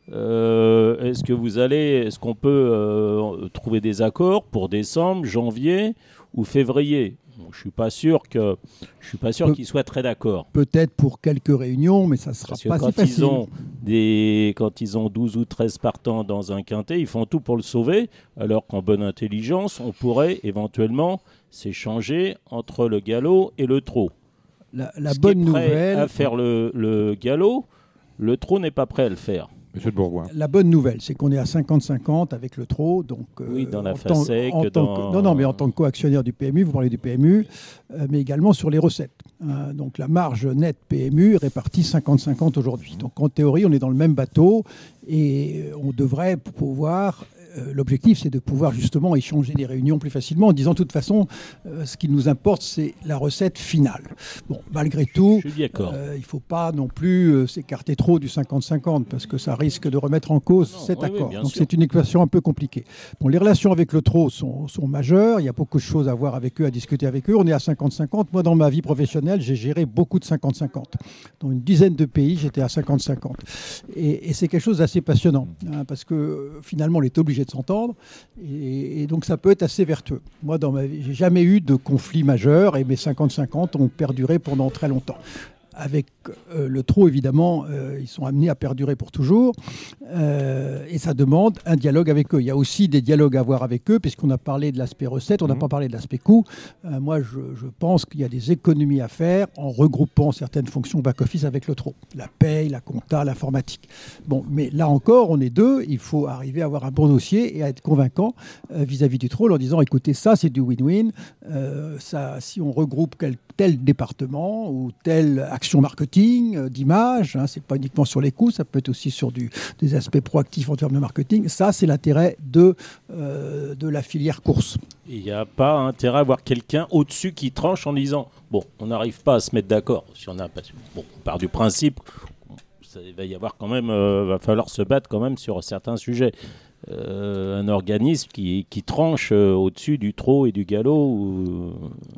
Euh, est-ce que vous allez, est-ce qu'on peut euh, trouver des accords pour décembre, janvier ou février? Bon, je suis pas sûr que je suis pas sûr Pe- qu'ils soient très d'accord. Peut-être pour quelques réunions, mais ça sera Parce que pas quand si facile. Ils ont des, quand ils ont douze ou treize partants dans un quintet, ils font tout pour le sauver, alors qu'en bonne intelligence, on pourrait éventuellement s'échanger entre le galop et le trot. La, la Ce bonne qui est prêt nouvelle à faire le, le galop, le trot n'est pas prêt à le faire. Monsieur de Bourgoin. La bonne nouvelle, c'est qu'on est à cinquante cinquante avec le trot. Donc, euh, oui, dans la en FASEC. Tant, en dans... tant que, non, non, mais en tant que co-actionnaire du P M U, vous parlez du P M U, euh, mais également sur les recettes. Hein, donc la marge nette P M U est répartie cinquante cinquante aujourd'hui. Donc en théorie, on est dans le même bateau et on devrait pouvoir... Euh, l'objectif, c'est de pouvoir justement échanger des réunions plus facilement en disant, de toute façon, euh, ce qui nous importe, c'est la recette finale. Bon, malgré tout, euh, il ne faut pas non plus euh, s'écarter trop du cinquante cinquante parce que ça risque de remettre en cause non, cet oui, accord. Oui, Donc sûr. C'est une équation un peu compliquée. Bon, les relations avec le trot sont, sont majeures. Il y a beaucoup de choses à voir avec eux, à discuter avec eux. On est à cinquante cinquante. Moi, dans ma vie professionnelle, j'ai géré beaucoup de cinquante cinquante. Dans une dizaine de pays, j'étais à cinquante cinquante. Et, et c'est quelque chose d'assez passionnant hein, parce que euh, finalement, on est obligé obligés de s'entendre. Et, et donc ça peut être assez vertueux. Moi, dans ma vie, j'ai jamais eu de conflit majeur et mes cinquante cinquante ont perduré pendant très longtemps. Avec euh, le trot, évidemment, euh, ils sont amenés à perdurer pour toujours. Euh, et ça demande un dialogue avec eux. Il y a aussi des dialogues à avoir avec eux, puisqu'on a parlé de l'aspect recette, on n'a mmh. pas parlé de l'aspect coût. Euh, moi, je, je pense qu'il y a des économies à faire en regroupant certaines fonctions back-office avec le trot. La paye, la compta, l'informatique. Bon, mais là encore, on est deux. Il faut arriver à avoir un bon dossier et à être convaincant euh, vis-à-vis du trot en disant, écoutez, ça, c'est du win-win. Euh, ça, si on regroupe quel, tel département ou telle action marketing, euh, d'image, hein, c'est pas uniquement sur les coûts, ça peut être aussi sur du, des aspects proactifs en termes de marketing. Ça, c'est l'intérêt de, euh, de la filière course. Il n'y a pas intérêt à avoir quelqu'un au-dessus qui tranche en disant bon, on n'arrive pas à se mettre d'accord. Si on a, bon, on part du principe, ça, il va y avoir quand même, euh, va falloir se battre quand même sur certains sujets. Euh, un organisme qui, qui tranche euh, au-dessus du trot et du galop. Ou...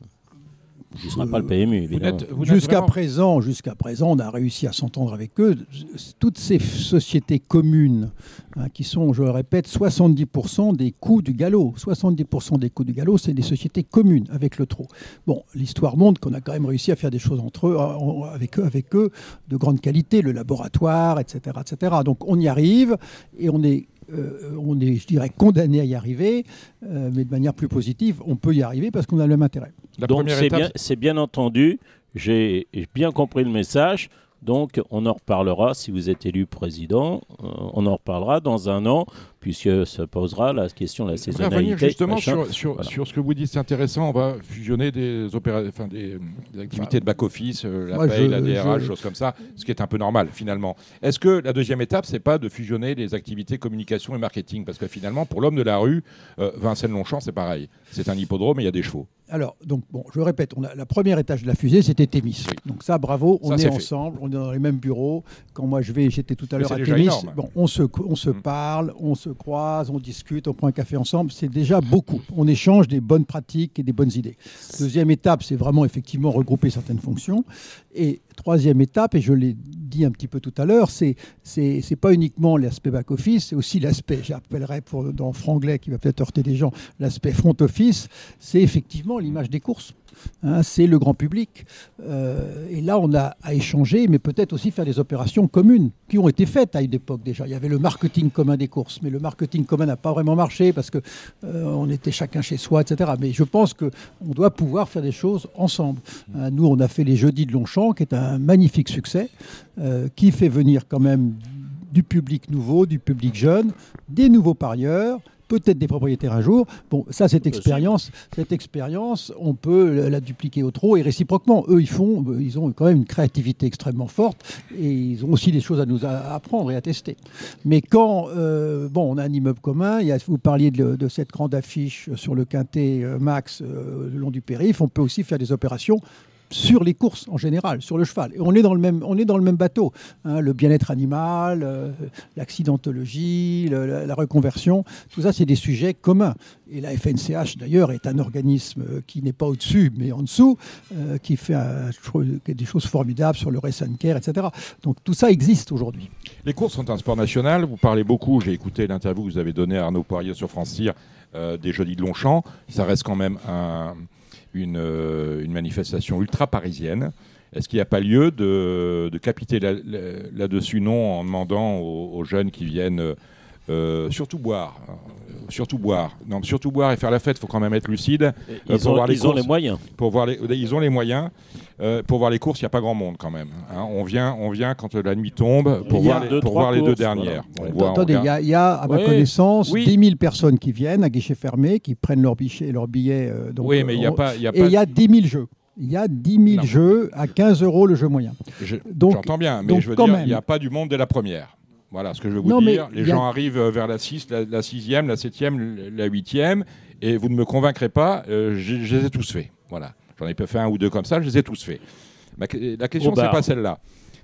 Ce ne sera pas le P M U, évidemment. Vous n'êtes, vous jusqu'à, vraiment... présent, jusqu'à présent, on a réussi à s'entendre avec eux. Toutes ces sociétés communes, hein, qui sont, je le répète, soixante-dix pour cent des coûts du galop. soixante-dix pour cent des coûts du galop, c'est des sociétés communes avec le trot. Bon, l'histoire montre qu'on a quand même réussi à faire des choses entre eux, avec eux, avec eux de grande qualité, le laboratoire, et cetera, et cetera. Donc on y arrive et on est... Euh, on est, je dirais, condamné à y arriver, euh, mais de manière plus positive, on peut y arriver parce qu'on a le même intérêt. La Donc c'est, étape... bien, c'est bien entendu, j'ai, j'ai bien compris le message, donc on en reparlera si vous êtes élu président, euh, on en reparlera dans un an, puisque se posera la question de la saisonnalité. On va revenir justement sur, sur, voilà. sur ce que vous dites, c'est intéressant, on va fusionner des, opéra... enfin, des, des activités de back-office, euh, la Moi, paye, je, la D R H, je... choses comme ça, ce qui est un peu normal finalement. Est-ce que la deuxième étape, c'est pas de fusionner les activités communication et marketing ? Parce que finalement, pour l'homme de la rue, euh, Vincennes-Longchamp, c'est pareil. C'est un hippodrome et il y a des chevaux. Alors, donc, bon, je répète, on a, la première étage de la fusée, c'était Thémis. Oui. Donc ça, bravo, on ça, est, est ensemble, on est dans les mêmes bureaux. Quand moi je vais, j'étais tout à l'heure à Thémis, bon, on se, on se mmh. parle, on se croise, on discute, on prend un café ensemble, c'est déjà beaucoup. On échange des bonnes pratiques et des bonnes idées. Deuxième étape, c'est vraiment effectivement regrouper certaines fonctions. Et troisième étape, et je l'ai dit un petit peu tout à l'heure, c'est c'est, c'est pas uniquement l'aspect back-office, c'est aussi l'aspect, j'appellerais pour, dans franglais qui va peut-être heurter des gens, l'aspect front-office, c'est effectivement l'image des courses. Hein, c'est le grand public. Euh, et là, on a à échanger, mais peut-être aussi faire des opérations communes qui ont été faites à une époque déjà. Il y avait le marketing commun des courses, mais le marketing commun n'a pas vraiment marché parce qu'on euh, était chacun chez soi, et cetera. Mais je pense qu'on doit pouvoir faire des choses ensemble. Hein, nous, on a fait les Jeudis de Longchamp, qui est un magnifique succès, euh, qui fait venir quand même du public nouveau, du public jeune, des nouveaux parieurs, peut-être des propriétaires un jour. Bon, ça, cette expérience, cette expérience, on peut la dupliquer au trot et réciproquement. Eux, ils font, ils ont quand même une créativité extrêmement forte et ils ont aussi des choses à nous apprendre et à tester. Mais quand, euh, bon, on a un immeuble commun, il y a, vous parliez de, de cette grande affiche sur le quintet euh, Max euh, le long du périph', on peut aussi faire des opérations sur les courses en général, sur le cheval. Et on est dans le même, on est dans le même bateau. Hein, le bien-être animal, euh, l'accidentologie, le, la, la reconversion, tout ça, c'est des sujets communs. Et la F N C H, d'ailleurs, est un organisme qui n'est pas au-dessus, mais en dessous, euh, qui fait un, des choses formidables sur le race and care, et cetera. Donc tout ça existe aujourd'hui. Les courses sont un sport national. Vous parlez beaucoup, j'ai écouté l'interview que vous avez donnée à Arnaud Poirier sur France Cyr euh, des Jeudis de Longchamp. Ça reste quand même un... Une, euh, une manifestation ultra-parisienne. Est-ce qu'il n'y a pas lieu de, de capiter là, là, là-dessus, non, en demandant aux, aux jeunes qui viennent euh, surtout boire, euh, surtout boire, non, surtout boire et faire la fête, il faut quand même être lucide. Ils, euh, pour ont, voir les ils courses, ont les moyens. Pour voir les, ils ont les moyens. Euh, pour voir les courses, il n'y a pas grand monde quand même. Hein. On, vient, on vient quand la nuit tombe pour voir, les, deux, pour voir les deux dernières. Voilà. Voit, Attendez, il y, y a, à ma oui. connaissance, oui. dix mille personnes qui viennent à guichet fermé, qui prennent leur billet, leur billet euh, donc, oui, mais il n'y a pas... Y a et il y a dix mille jeux. Il y a dix mille non. jeux à quinze euros le jeu moyen. Je, donc, j'entends bien, mais je veux dire, il n'y a pas du monde dès la première. Voilà ce que je veux vous non, dire. Les gens a... arrivent vers la six, la, la sixième, la septième, la huitième, et vous ne me convaincrez pas, euh, je, je les ai tous faits. Voilà. J'en ai pas fait un ou deux comme ça, je les ai tous faits. Ma, la question, c'est pas celle-là.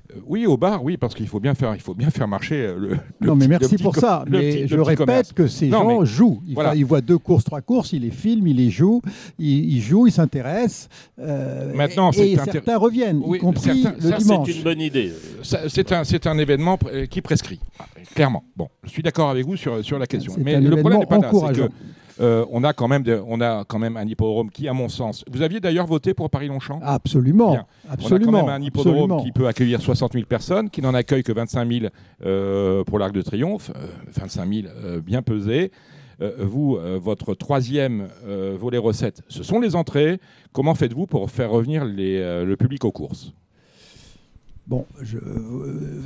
Oui, au bar, oui, parce qu'il faut bien faire, il faut bien faire marcher le. le non, mais petit, merci le pour petit, ça. Mais petit, je répète commerce. que ces non, gens mais, jouent. Ils, voilà. ils voient deux courses, trois courses, ils les filment, ils les jouent, ils, ils jouent, ils s'intéressent. Euh, Maintenant, et, et intér... certains reviennent, oui, y compris certains, le ça, dimanche. C'est une bonne idée. Ça, c'est un, c'est un événement qui prescrit, clairement. Bon, je suis d'accord avec vous sur, sur la question. C'est mais un le problème n'est pas là, encourageant. c'est que Euh, on, a quand même de, on a quand même un hippodrome qui, à mon sens... Vous aviez d'ailleurs voté pour Paris-Longchamp ? Absolument, Bien. absolument. On a quand même un hippodrome absolument. qui peut accueillir soixante mille personnes, qui n'en accueille que vingt-cinq mille euh, pour l'Arc de Triomphe, euh, vingt-cinq mille euh, bien pesés. Euh, vous, euh, votre troisième euh, volet recettes, ce sont les entrées. Comment faites-vous pour faire revenir les, euh, le public aux courses ? Bon, je... Euh...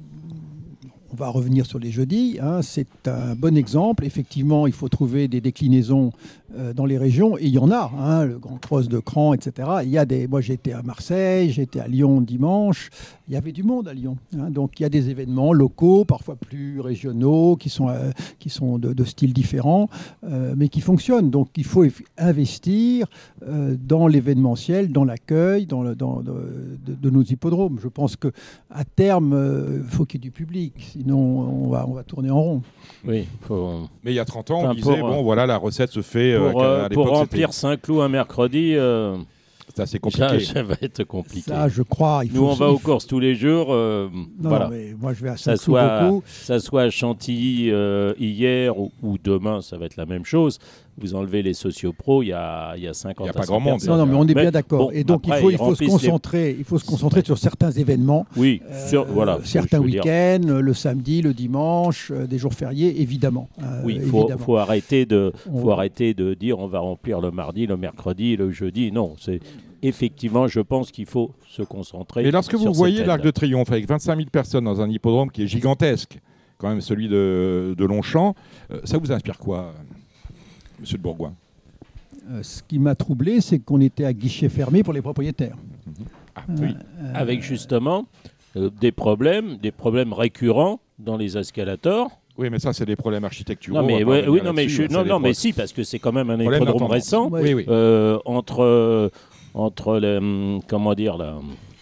On va revenir sur les jeudis. Hein. C'est un bon exemple. Effectivement, il faut trouver des déclinaisons euh, dans les régions. Et il y en a. Hein, le Grand Cross de Cran, et cetera. Il y a des... Moi, j'étais à Marseille, j'étais à Lyon dimanche. Il y avait du monde à Lyon. Hein. Donc, il y a des événements locaux, parfois plus régionaux, qui sont, euh, qui sont de, de styles différents, euh, mais qui fonctionnent. Donc, il faut investir euh, dans l'événementiel, dans l'accueil, dans le, dans, de, de, de nos hippodromes. Je pense qu'à terme, il euh, faut qu'il y ait du public. Sinon, on va, on va tourner en rond. Oui, faut... Mais il y a trente ans, enfin, on disait, pour, bon, voilà, la recette se fait... Pour, euh, à pour remplir c'était... Saint-Cloud un mercredi, euh, c'est assez compliqué. Ça, ça va être compliqué. Ça, je crois. Il faut Nous, on que... va aux courses tous les jours. Euh, non, voilà. mais moi, je vais à ça Saint-Cloud soit, beaucoup. ça soit à Chantilly euh, hier ou, ou demain, ça va être la même chose. Vous enlevez les sociopros, il y a, il y a cinquante y a à pas cent grand monde. personnes. Non, non, mais on est mais, bien d'accord. Bon, et donc, après, il faut, il faut se concentrer, les... il faut se concentrer sur certains événements. Oui, euh, sur, voilà. Certains week-ends, dire. le samedi, le dimanche, euh, des jours fériés, évidemment. Euh, oui, il faut, faut, arrêter de, faut on... arrêter de dire on va remplir le mardi, le mercredi, le jeudi. Non, c'est... Effectivement, je pense qu'il faut se concentrer. Et lorsque sur vous voyez l'Arc aide. de Triomphe avec vingt-cinq mille personnes dans un hippodrome qui est gigantesque, quand même celui de, de Longchamp, euh, ça vous inspire quoi, monsieur de Bourgoin ? euh, Ce qui m'a troublé, c'est qu'on était à guichet fermé pour les propriétaires. Mmh. Ah, euh, oui. euh, Avec justement euh, des problèmes, des problèmes récurrents dans les escalators. Oui, mais ça, c'est des problèmes architecturaux. Non, mais, ouais, oui, non, mais, je, non, non, mais si, parce que c'est quand même un hippodrome récent. Oui, oui. Euh, entre, entre les, comment dire, là,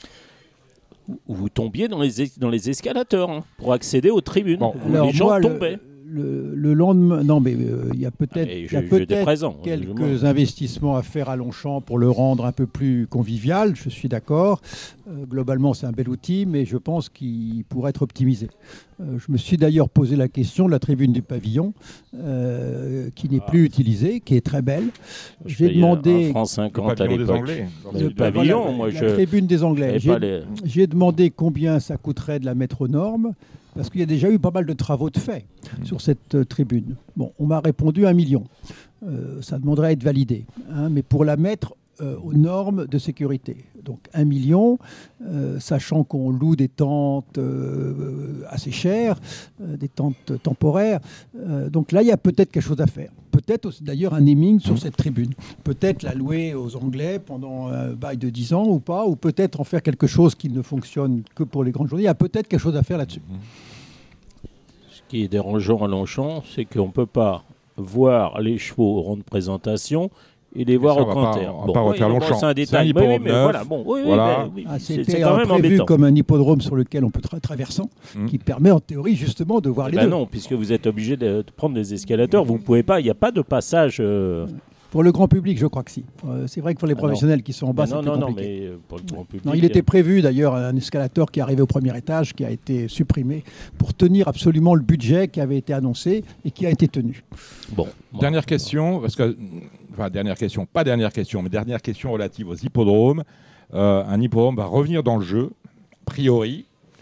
vous tombiez dans les, dans les escalators hein, pour accéder aux tribunes. Bon, alors, les gens moi, tombaient. Le, le, le lendemain, non, mais il euh, y a peut-être ah, peut quelques investissements à faire à Longchamp pour le rendre un peu plus convivial. Je suis d'accord. Euh, globalement, c'est un bel outil, mais je pense qu'il pourrait être optimisé. Euh, je me suis d'ailleurs posé la question de la tribune du pavillon, euh, qui n'est ah. plus utilisée, qui est très belle. J'ai demandé un franc cinquante à l'époque. Le pavillon, voilà, moi la, je. La tribune des Anglais. J'ai les... demandé combien ça coûterait de la mettre aux normes. Parce qu'il y a déjà eu pas mal de travaux de fait mmh. sur cette euh, tribune. Bon, on m'a répondu un million. Euh, ça demanderait à être validé. Hein, mais pour la mettre euh, aux normes de sécurité. Donc un million, euh, sachant qu'on loue des tentes euh, assez chères, euh, des tentes temporaires. Euh, donc là, il y a peut-être quelque chose à faire. Peut-être aussi d'ailleurs un naming sur mmh. cette tribune. Peut-être la louer aux Anglais pendant un bail de dix ans ou pas, ou peut-être en faire quelque chose qui ne fonctionne que pour les grandes journées. Il y a peut-être quelque chose à faire là-dessus. Mmh. Ce qui est dérangeant à Longchamp, c'est qu'on ne peut pas voir les chevaux au rang de présentation et les voir au canter. On ne va pas refaire Longchamp. C'est un détail. C'est un hippodrome oui, mais voilà, bon, oui, voilà. Oui, ah, c'est, c'est quand même prévu embêtant. Comme un hippodrome sur lequel on peut tra- traversant, mmh. qui permet en théorie justement de voir eh les ben deux. Non, puisque vous êtes obligé de, de prendre des escalateurs, vous ne pouvez pas, il n'y a pas de passage... Euh... Pour le grand public, je crois que si. Euh, c'est vrai que pour les ah professionnels non. qui sont en bas, mais c'est non, plus non, compliqué. Non, mais pour le grand public... Non, il était prévu d'ailleurs un escalator qui arrivait au premier étage, qui a été supprimé pour tenir absolument le budget qui avait été annoncé et qui a été tenu. Bon. Dernière bon. question, parce que... Enfin, dernière question, pas dernière question, mais dernière question relative aux hippodromes. Euh, un hippodrome va revenir dans le jeu, a priori.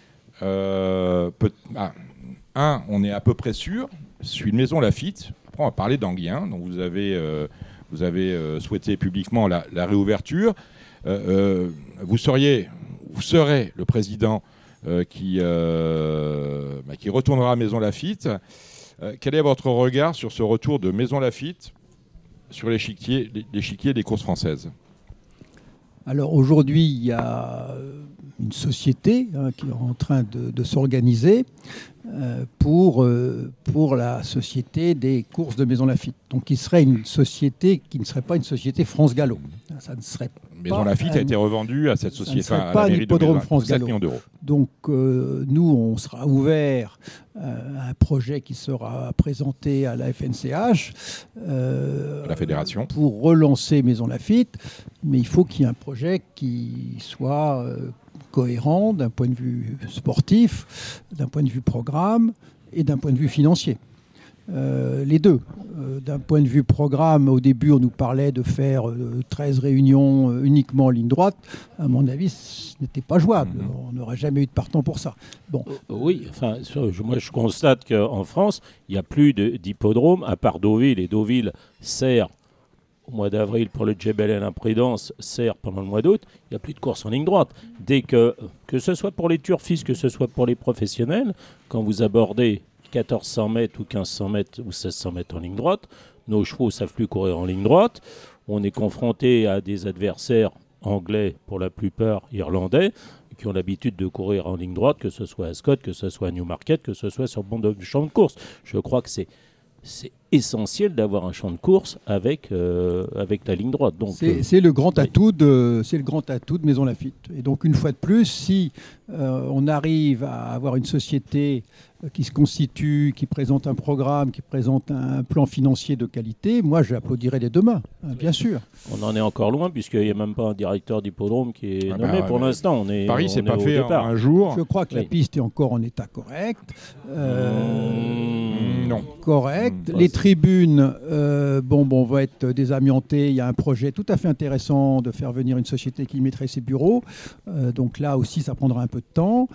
Euh, peut, ah, un, on est à peu près sûr, c'est une maison Lafitte. Après, on va parler d'Anguien, donc vous avez, euh, vous avez euh, souhaité publiquement la, la réouverture. Euh, euh, vous seriez, vous serez le président euh, qui, euh, bah, qui retournera à Maison Lafitte. Euh, quel est votre regard sur ce retour de Maison Lafitte sur l'échiquier, l'échiquier des courses françaises? Alors aujourd'hui, il y a une société hein, qui est en train de, de s'organiser euh, pour, euh, pour la société des courses de Maison Lafitte. Donc qui serait une société qui ne serait pas une société France Gallo. Ça ne serait Maison pas Lafitte un- a été revendue à cette ça ne société, serait enfin, à pas la un mairie de hippodrome Maison, France pour sept Gallo. millions d'euros. Donc euh, nous, on sera ouvert euh, à un projet qui sera présenté à la F N C H, euh, À la fédération. pour relancer Maison Lafitte, mais il faut qu'il y ait un projet qui soit euh, cohérent d'un point de vue sportif, d'un point de vue programme et d'un point de vue financier. Euh, les deux. Euh, d'un point de vue programme, au début, on nous parlait de faire euh, treize réunions euh, uniquement en ligne droite. À mon avis, ce n'était pas jouable. Mhm. On n'aurait jamais eu de partant pour ça. Bon, Oui, enfin, ça, je- moi je constate qu'en France, il n'y a plus de- d'hippodrome, à part Deauville, et Deauville sert au mois d'avril pour le Djebel El Imprudence, sert pendant le mois d'août, il n'y a plus de course en ligne droite. Dès que, que ce soit pour les turfistes, que ce soit pour les professionnels, quand vous abordez quatorze cents mètres ou quinze cents mètres ou seize cents mètres en ligne droite, nos chevaux ne savent plus courir en ligne droite, on est confronté à des adversaires anglais pour la plupart, irlandais, qui ont l'habitude de courir en ligne droite, que ce soit à Ascot, que ce soit à Newmarket, que ce soit sur bon de champ de course. Je crois que c'est c'est essentiel d'avoir un champ de course avec, euh, avec la ligne droite. Donc, c'est euh, c'est le grand oui. atout de c'est le grand atout de Maison Lafitte. Et donc une fois de plus, si euh, on arrive à avoir une société euh, qui se constitue, qui présente un programme, qui présente un plan financier de qualité, moi j'applaudirais dès demain, hein, bien sûr. on en est encore loin, puisqu'il n'y a même pas un directeur d'hippodrome qui est Ah nommé bah, pour mais l'instant. On est, Paris, on c'est est pas au fait en départ. un jour. Je crois que la Oui. piste est encore en état correct. Euh, Mmh, non. Correct. Mmh, Les tribunes, euh, bon, bon, vont être désamiantées. Il y a un projet tout à fait intéressant de faire venir une société qui mettrait ses bureaux. Euh, donc là aussi, ça prendra un peu de temps.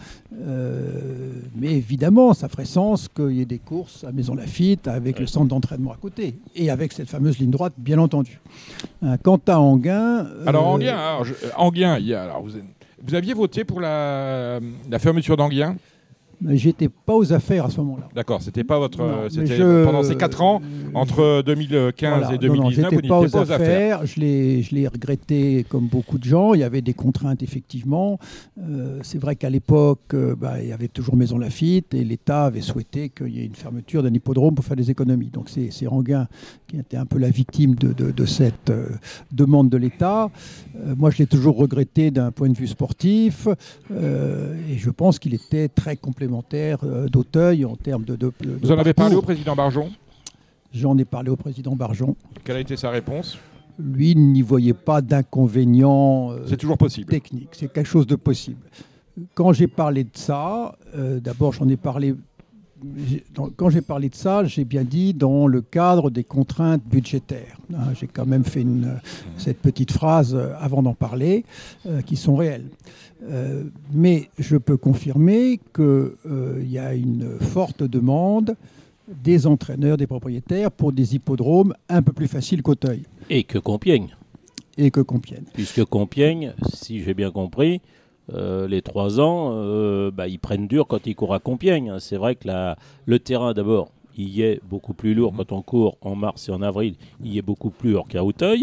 Euh, mais évidemment, ça ferait sens qu'il y ait des courses à Maison Lafitte avec Ouais. le centre d'entraînement à côté et avec cette fameuse ligne droite, bien entendu. Hein, quant à Anguin, Alors, euh, Anguien, alors, je- euh, Anguien, il y a, alors, vous, vous aviez voté pour la, la fermeture d'Anguien. j'étais pas aux affaires à ce moment-là. D'accord, c'était pas votre. Non, euh, mais c'était je- pendant ces quatre ans, euh, entre deux mille quinze Voilà. et Non, non, deux mille dix-neuf, j'étais vous pas n'étiez aux pas aux affaires. affaires. Je l'ai, je l'ai regretté comme beaucoup de gens. Il y avait des contraintes, effectivement. Euh, c'est vrai qu'à l'époque, euh, bah, il y avait toujours Maison Lafitte et l'État avait souhaité qu'il y ait une fermeture d'un hippodrome pour faire des économies. Donc c'est, c'est Anguin qui était un peu la victime de, de- de cette euh, demande de l'État. Euh, moi, je l'ai toujours regretté d'un point de vue sportif euh, et je pense qu'il était très complémentaire euh, d'Auteuil en termes de, de, de Vous en avez parlé au parcours. président Barjon. J'en ai parlé au président Barjon. Quelle a été sa réponse? Lui n'y voyait pas d'inconvénient euh, C'est toujours possible. technique. C'est quelque chose de possible. Quand j'ai parlé de ça, euh, d'abord j'en ai parlé. j'ai- dans- Quand j'ai parlé de ça, j'ai bien dit dans le cadre des contraintes budgétaires. Hein, j'ai quand même fait une, cette petite phrase euh, avant d'en parler, euh, qui sont réelles. Euh, mais je peux confirmer qu'il y a une forte demande des entraîneurs, des propriétaires pour des hippodromes un peu plus faciles qu'Auteuil Et que Compiègne. et que Compiègne. Puisque Compiègne, si j'ai bien compris, euh, les trois ans, euh, bah, ils prennent dur quand ils courent à Compiègne. C'est vrai que la- le terrain, d'abord, il y est beaucoup plus lourd quand on court en mars et en avril. Il y est beaucoup plus lourd qu'à Auteuil.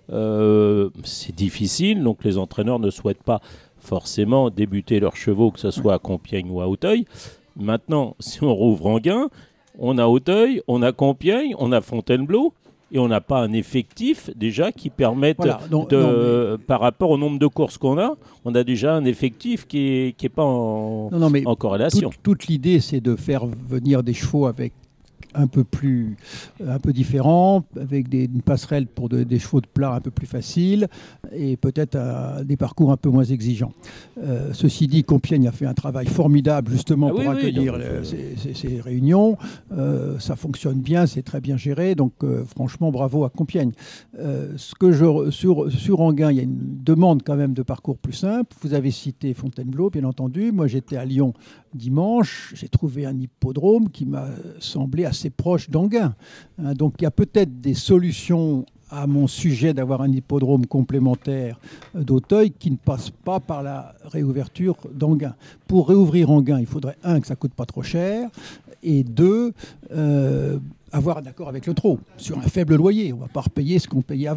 Euh, c'est difficile, donc les entraîneurs ne souhaitent pas forcément débuter leurs chevaux, que ce soit à Compiègne ou à Auteuil. Maintenant, si on rouvre Anguin, on a Auteuil, on a Compiègne, on a Fontainebleau, et on n'a pas un effectif déjà qui permette, Voilà, donc- de, non, par rapport au nombre de courses qu'on a, on a déjà un effectif qui n'est qui est pas en, Non, non, mais en corrélation. toute, toute l'idée, c'est de faire venir des chevaux avec un peu plus, un peu différents, avec des, une passerelle pour de- des chevaux de plat un peu plus faciles et peut-être euh, des parcours un peu moins exigeants. Euh, ceci dit, Compiègne a fait un travail formidable justement Ah pour oui, oui, accueillir donc, le- euh, ces, ces- ces réunions. Euh, ça fonctionne bien, c'est très bien géré, donc euh, franchement bravo à Compiègne. Euh, ce que je, sur, sur Anguin, il y a une demande quand même de parcours plus simple. Vous avez cité Fontainebleau, bien entendu. Moi, j'étais à Lyon dimanche. J'ai trouvé un hippodrome qui m'a semblé assez proche d'Anguin. Hein, donc, il y a peut-être des solutions à mon sujet d'avoir un hippodrome complémentaire euh, d'Auteuil qui ne passe pas par la réouverture d'Anguin. Pour réouvrir Anguin, il faudrait, un, que ça ne coûte pas trop cher, et deux, euh, avoir un accord avec le trot sur un faible loyer. On ne va pas repayer ce qu'on payait avant.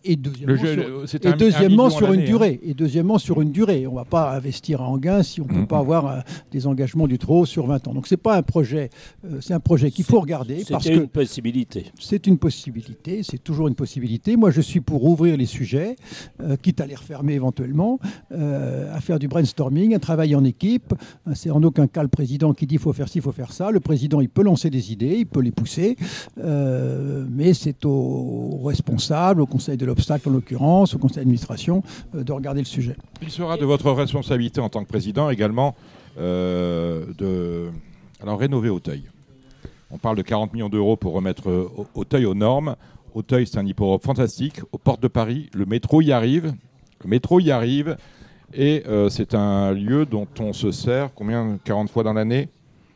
Et deuxièmement, Le jeu, sur, c'est et un- un deuxièmement million à sur une l'année, hein. durée. Et deuxièmement sur une durée. On ne va pas investir à Enghien si on ne peut Mhm. pas avoir euh, des engagements du trop haut sur vingt ans. Donc c'est pas un projet, euh, c'est un projet qu'il faut regarder parce C'était que une possibilité. c'est une possibilité, c'est toujours une possibilité. Moi, je suis pour ouvrir les sujets, euh, quitte à les refermer éventuellement, euh, à faire du brainstorming, à travailler en équipe. Euh, C'est en aucun cas le président qui dit il faut faire ci, il faut faire ça. Le président, il peut lancer des idées, il peut les pousser, euh, mais c'est aux responsables, au conseil de l'obstacle en l'occurrence, au conseil d'administration, euh, de regarder le sujet. Il sera de votre responsabilité en tant que président également euh, de alors, rénover Auteuil. On parle de quarante millions d'euros pour remettre euh, Auteuil aux normes. Auteuil, c'est un hippodrome fantastique. Aux portes de Paris, le métro y arrive. Le métro y arrive. Et euh, c'est un lieu dont on se sert combien quarante fois dans l'année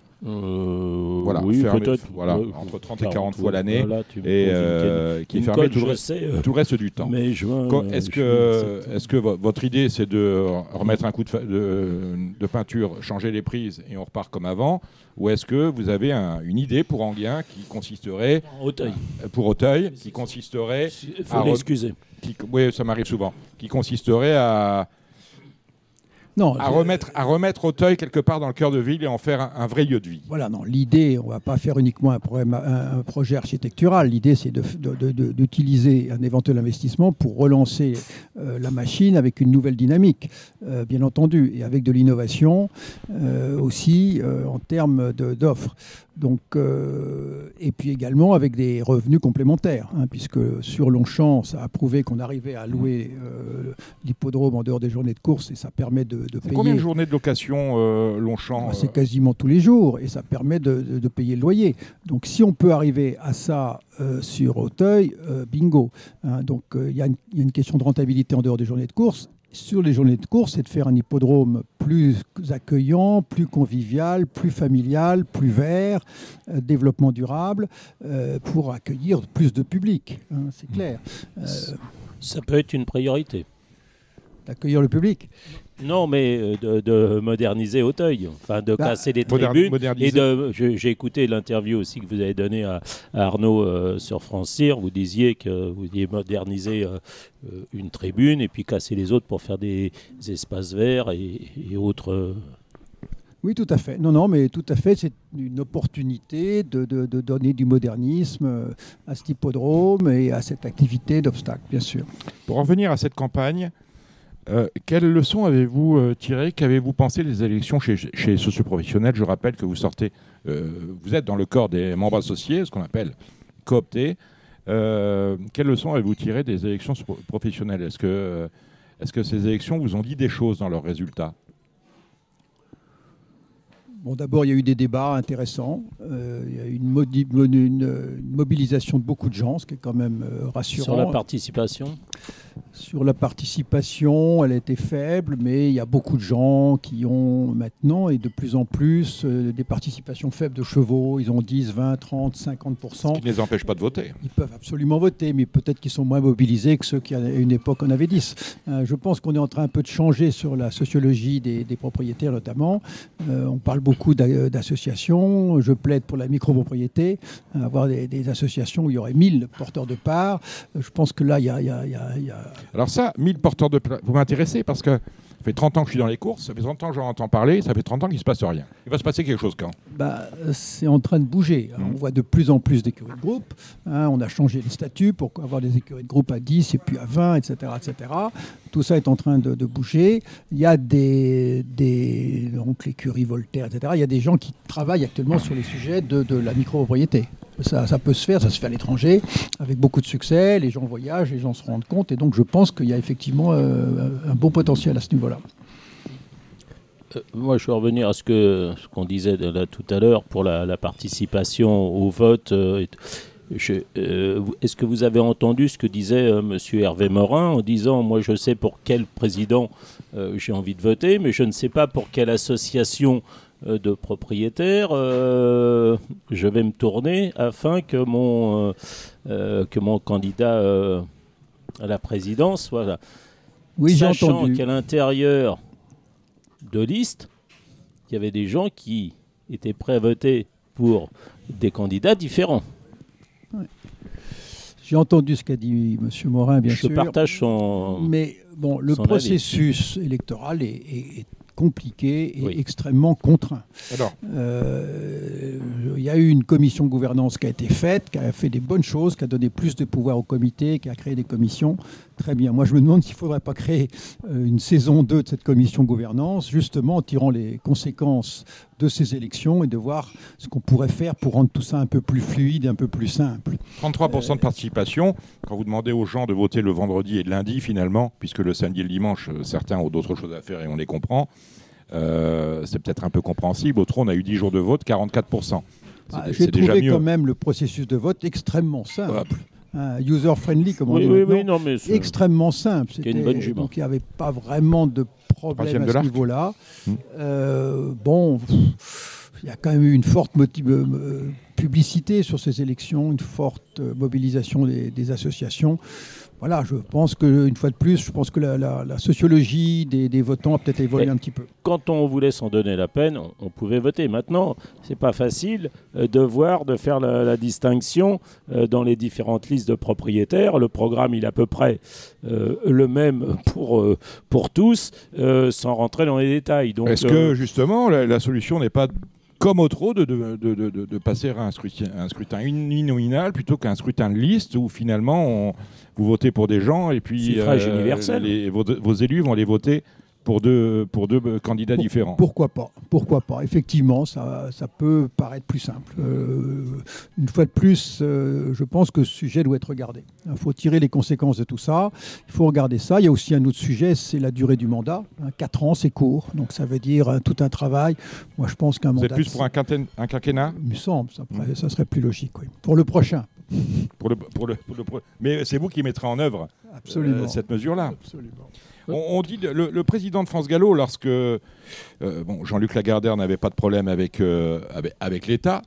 Euh, Voilà, oui, fermé- peut-être. voilà, Ouais, entre trente et quarante fois l'année, Voilà, tu me et poses une euh, question. qui est Une fermé cote, tout le, je reste, sais, euh, tout le reste du temps. Mais juin, Quand- euh, Est-ce juin, que, septembre. est-ce que vo- votre idée, c'est de remettre un coup de, fa- de, de peinture, changer les prises et on repart comme avant? Ou est-ce que vous avez un- une idée pour Enghien qui consisterait, En Auteuil. euh, pour Auteuil, qui consisterait, Il faut à re- l'excuser. qui, oui, ça m'arrive souvent, qui consisterait à, Non, à, je- remettre, à remettre Auteuil quelque part dans le cœur de ville et en faire un, un vrai lieu de vie? Voilà, non, l'idée, on ne va pas faire uniquement un, problème- un- un projet architectural. L'idée, c'est de- de- de- de- d'utiliser un éventuel investissement pour relancer euh, la machine avec une nouvelle dynamique, euh, bien entendu, et avec de l'innovation euh, aussi euh, en termes de- d'offres. Donc, euh, et puis également avec des revenus complémentaires, hein, puisque sur Longchamp, ça a prouvé qu'on arrivait à louer euh, l'hippodrome en dehors des journées de course et ça permet de, de C'est payer. combien de journées de location euh, Longchamp Bah, euh, c'est quasiment tous les jours et ça permet de, de- de payer le loyer. Donc si on peut arriver à ça euh, sur Auteuil, euh, bingo. Hein, donc euh, il y, a une- il y a une question de rentabilité en dehors des journées de course. Sur les journées de course, c'est de faire un hippodrome plus accueillant, plus convivial, plus familial, plus vert, euh, développement durable, euh, pour accueillir plus de public. Hein, c'est clair. Euh, Ça peut être une priorité. d'accueillir le public. Non, mais euh, de, de moderniser Auteuil, enfin de Bah, casser les moderni- tribunes. moderniser. Et de, je- j'ai écouté l'interview aussi que vous avez donnée à, à Arnaud euh, sur France Cyr. Vous disiez que vous vouliez moderniser euh, euh, une tribune et puis casser les autres pour faire des, des espaces verts et, et autres. euh, Oui, tout à fait. Non, non, mais tout à fait, c'est une opportunité de, de- de donner du modernisme euh, à cet hippodrome et à cette activité d'obstacle, bien sûr. Pour en venir à cette campagne, euh, quelles leçons avez-vous euh, tirées? Qu'avez-vous pensé des élections chez, chez Socioprofessionnels? Je rappelle que vous sortez, euh, vous êtes dans le corps des membres associés, ce qu'on appelle cooptés. Euh, quelles leçons avez-vous tirées des élections so- professionnelles? Est-ce que, euh, est-ce que ces élections vous ont dit des choses dans leurs résultats? Bon, d'abord, il y a eu des débats intéressants. Euh, il y a eu une, modi- une- une mobilisation de beaucoup de gens, ce qui est quand même euh, rassurant. sur la participation. Sur la participation, elle était faible, mais il y a beaucoup de gens qui ont maintenant, et de plus en plus, euh, des participations faibles de chevaux. Ils ont dix, vingt, trente, cinquante pour cent. Ce qui ne les empêche pas de voter. Ils peuvent absolument voter, mais peut-être qu'ils sont moins mobilisés que ceux qui, à une époque, en avaient dix. Euh, je pense qu'on est en train un peu de changer sur la sociologie des, des propriétaires, notamment. Euh, on parle beaucoup d'a- d'associations. Je plaide pour la micropropriété, euh, avoir des, des associations où il y aurait mille porteurs de parts. Euh, je pense que là, il y a... il y a- il y a- il y a- Alors ça, mille porteurs de pla- vous m'intéressez parce que ça fait trente ans que je suis dans les courses, ça fait trente ans que j'en entends parler, ça fait trente ans qu'il ne se passe rien. Il va se passer quelque chose quand? Bah, c'est en train de bouger. Mmh. On voit de plus en plus d'écuries de groupe. Hein, on a changé le statut pour avoir des écuries de groupe à dix et puis à vingt, et cetera, et cetera. Tout ça est en train de, de bouger. Il y a des, des donc l'écurie Voltaire, et cetera. Il y a des gens qui travaillent actuellement sur les sujets de, de la micropropriété. Ça, ça peut se faire, ça se fait à l'étranger, avec beaucoup de succès. Les gens voyagent, les gens se rendent compte. Et donc, je pense qu'il y a effectivement euh, un bon potentiel à ce niveau-là. Euh, moi, je vais revenir à ce que ce qu'on disait de là tout à l'heure pour la, la participation au vote. euh, et t- je- euh, vous- Est-ce que vous avez entendu ce que disait euh, Monsieur Hervé Morin en disant moi, je sais pour quel président euh, j'ai envie de voter, mais je ne sais pas pour quelle association euh, de propriétaires euh, je vais me tourner afin que mon euh, euh, que mon candidat euh, à la présidence soit là. Oui, j'ai Sachant entendu. qu'à l'intérieur de liste, il y avait des gens qui étaient prêts à voter pour des candidats différents. J'ai entendu ce qu'a dit M. Morin, bien Je sûr. Je partage son. Mais bon, le processus avis. électoral est, est, est compliqué et oui. extrêmement contraint. Alors, euh, il y a eu une commission de gouvernance qui a été faite, qui a fait des bonnes choses, qui a donné plus de pouvoir au comité, qui a créé des commissions. Très bien. Moi, je me demande s'il ne faudrait pas créer euh, une saison deux de cette commission de gouvernance, justement en tirant les conséquences de ces élections et de voir ce qu'on pourrait faire pour rendre tout ça un peu plus fluide, un peu plus simple. trente-trois pour cent euh, de participation. Quand vous demandez aux gens de voter le vendredi et le lundi, finalement, puisque le samedi et le dimanche, certains ont d'autres choses à faire et on les comprend, euh, c'est peut-être un peu compréhensible. Au trou, on a eu dix jours de vote, quarante-quatre pour cent. Ah, J'ai trouvé quand même le processus de vote extrêmement simple. Hop. Uh, user-friendly, comme on oui, dit oui, maintenant, oui, non, mais extrêmement simple. Une bonne jument. Donc il n'y avait pas vraiment de problème à ce niveau-là. Mmh. Euh, bon, il y a quand même eu une forte motive, euh, publicité sur ces élections, une forte euh, mobilisation des, des associations. Voilà, je pense qu'une fois de plus, je pense que la, la, la sociologie des, des votants a peut-être évolué un petit peu. Quand on voulait s'en donner la peine, on, on pouvait voter. Maintenant, c'est pas facile euh, de voir, de faire la, la distinction euh, dans les différentes listes de propriétaires. Le programme, il est à peu près euh, le même pour, euh, pour tous, euh, sans rentrer dans les détails. Donc, Est-ce euh, que, justement, la, la solution n'est pas... comme au trot, de, de, de, de, de passer à un scrutin, un scrutin uninominal plutôt qu'un scrutin de liste où finalement on, vous votez pour des gens et puis euh, les, vos, vos élus vont les voter pour deux, pour deux candidats pour, différents. Pourquoi pas Pourquoi pas Effectivement, ça, ça peut paraître plus simple. Euh, une fois de plus, euh, je pense que ce sujet doit être regardé. Il faut tirer les conséquences de tout ça. Il faut regarder ça. Il y a aussi un autre sujet, c'est la durée du mandat. Hein, quatre ans, c'est court. Donc ça veut dire hein, tout un travail. Moi, je pense qu'un mandat... Vous êtes plus pour un, quinten, un quinquennat ? Il me semble. Ça, mmh. ça serait plus logique. Oui. Pour le prochain. Pour le, pour le, pour le, pour le... Mais c'est vous qui mettrez en œuvre euh, cette mesure-là. Absolument. On, on dit le, le président de France Gallo, lorsque euh, bon, Jean-Luc Lagardère n'avait pas de problème avec, euh, avec, avec l'État,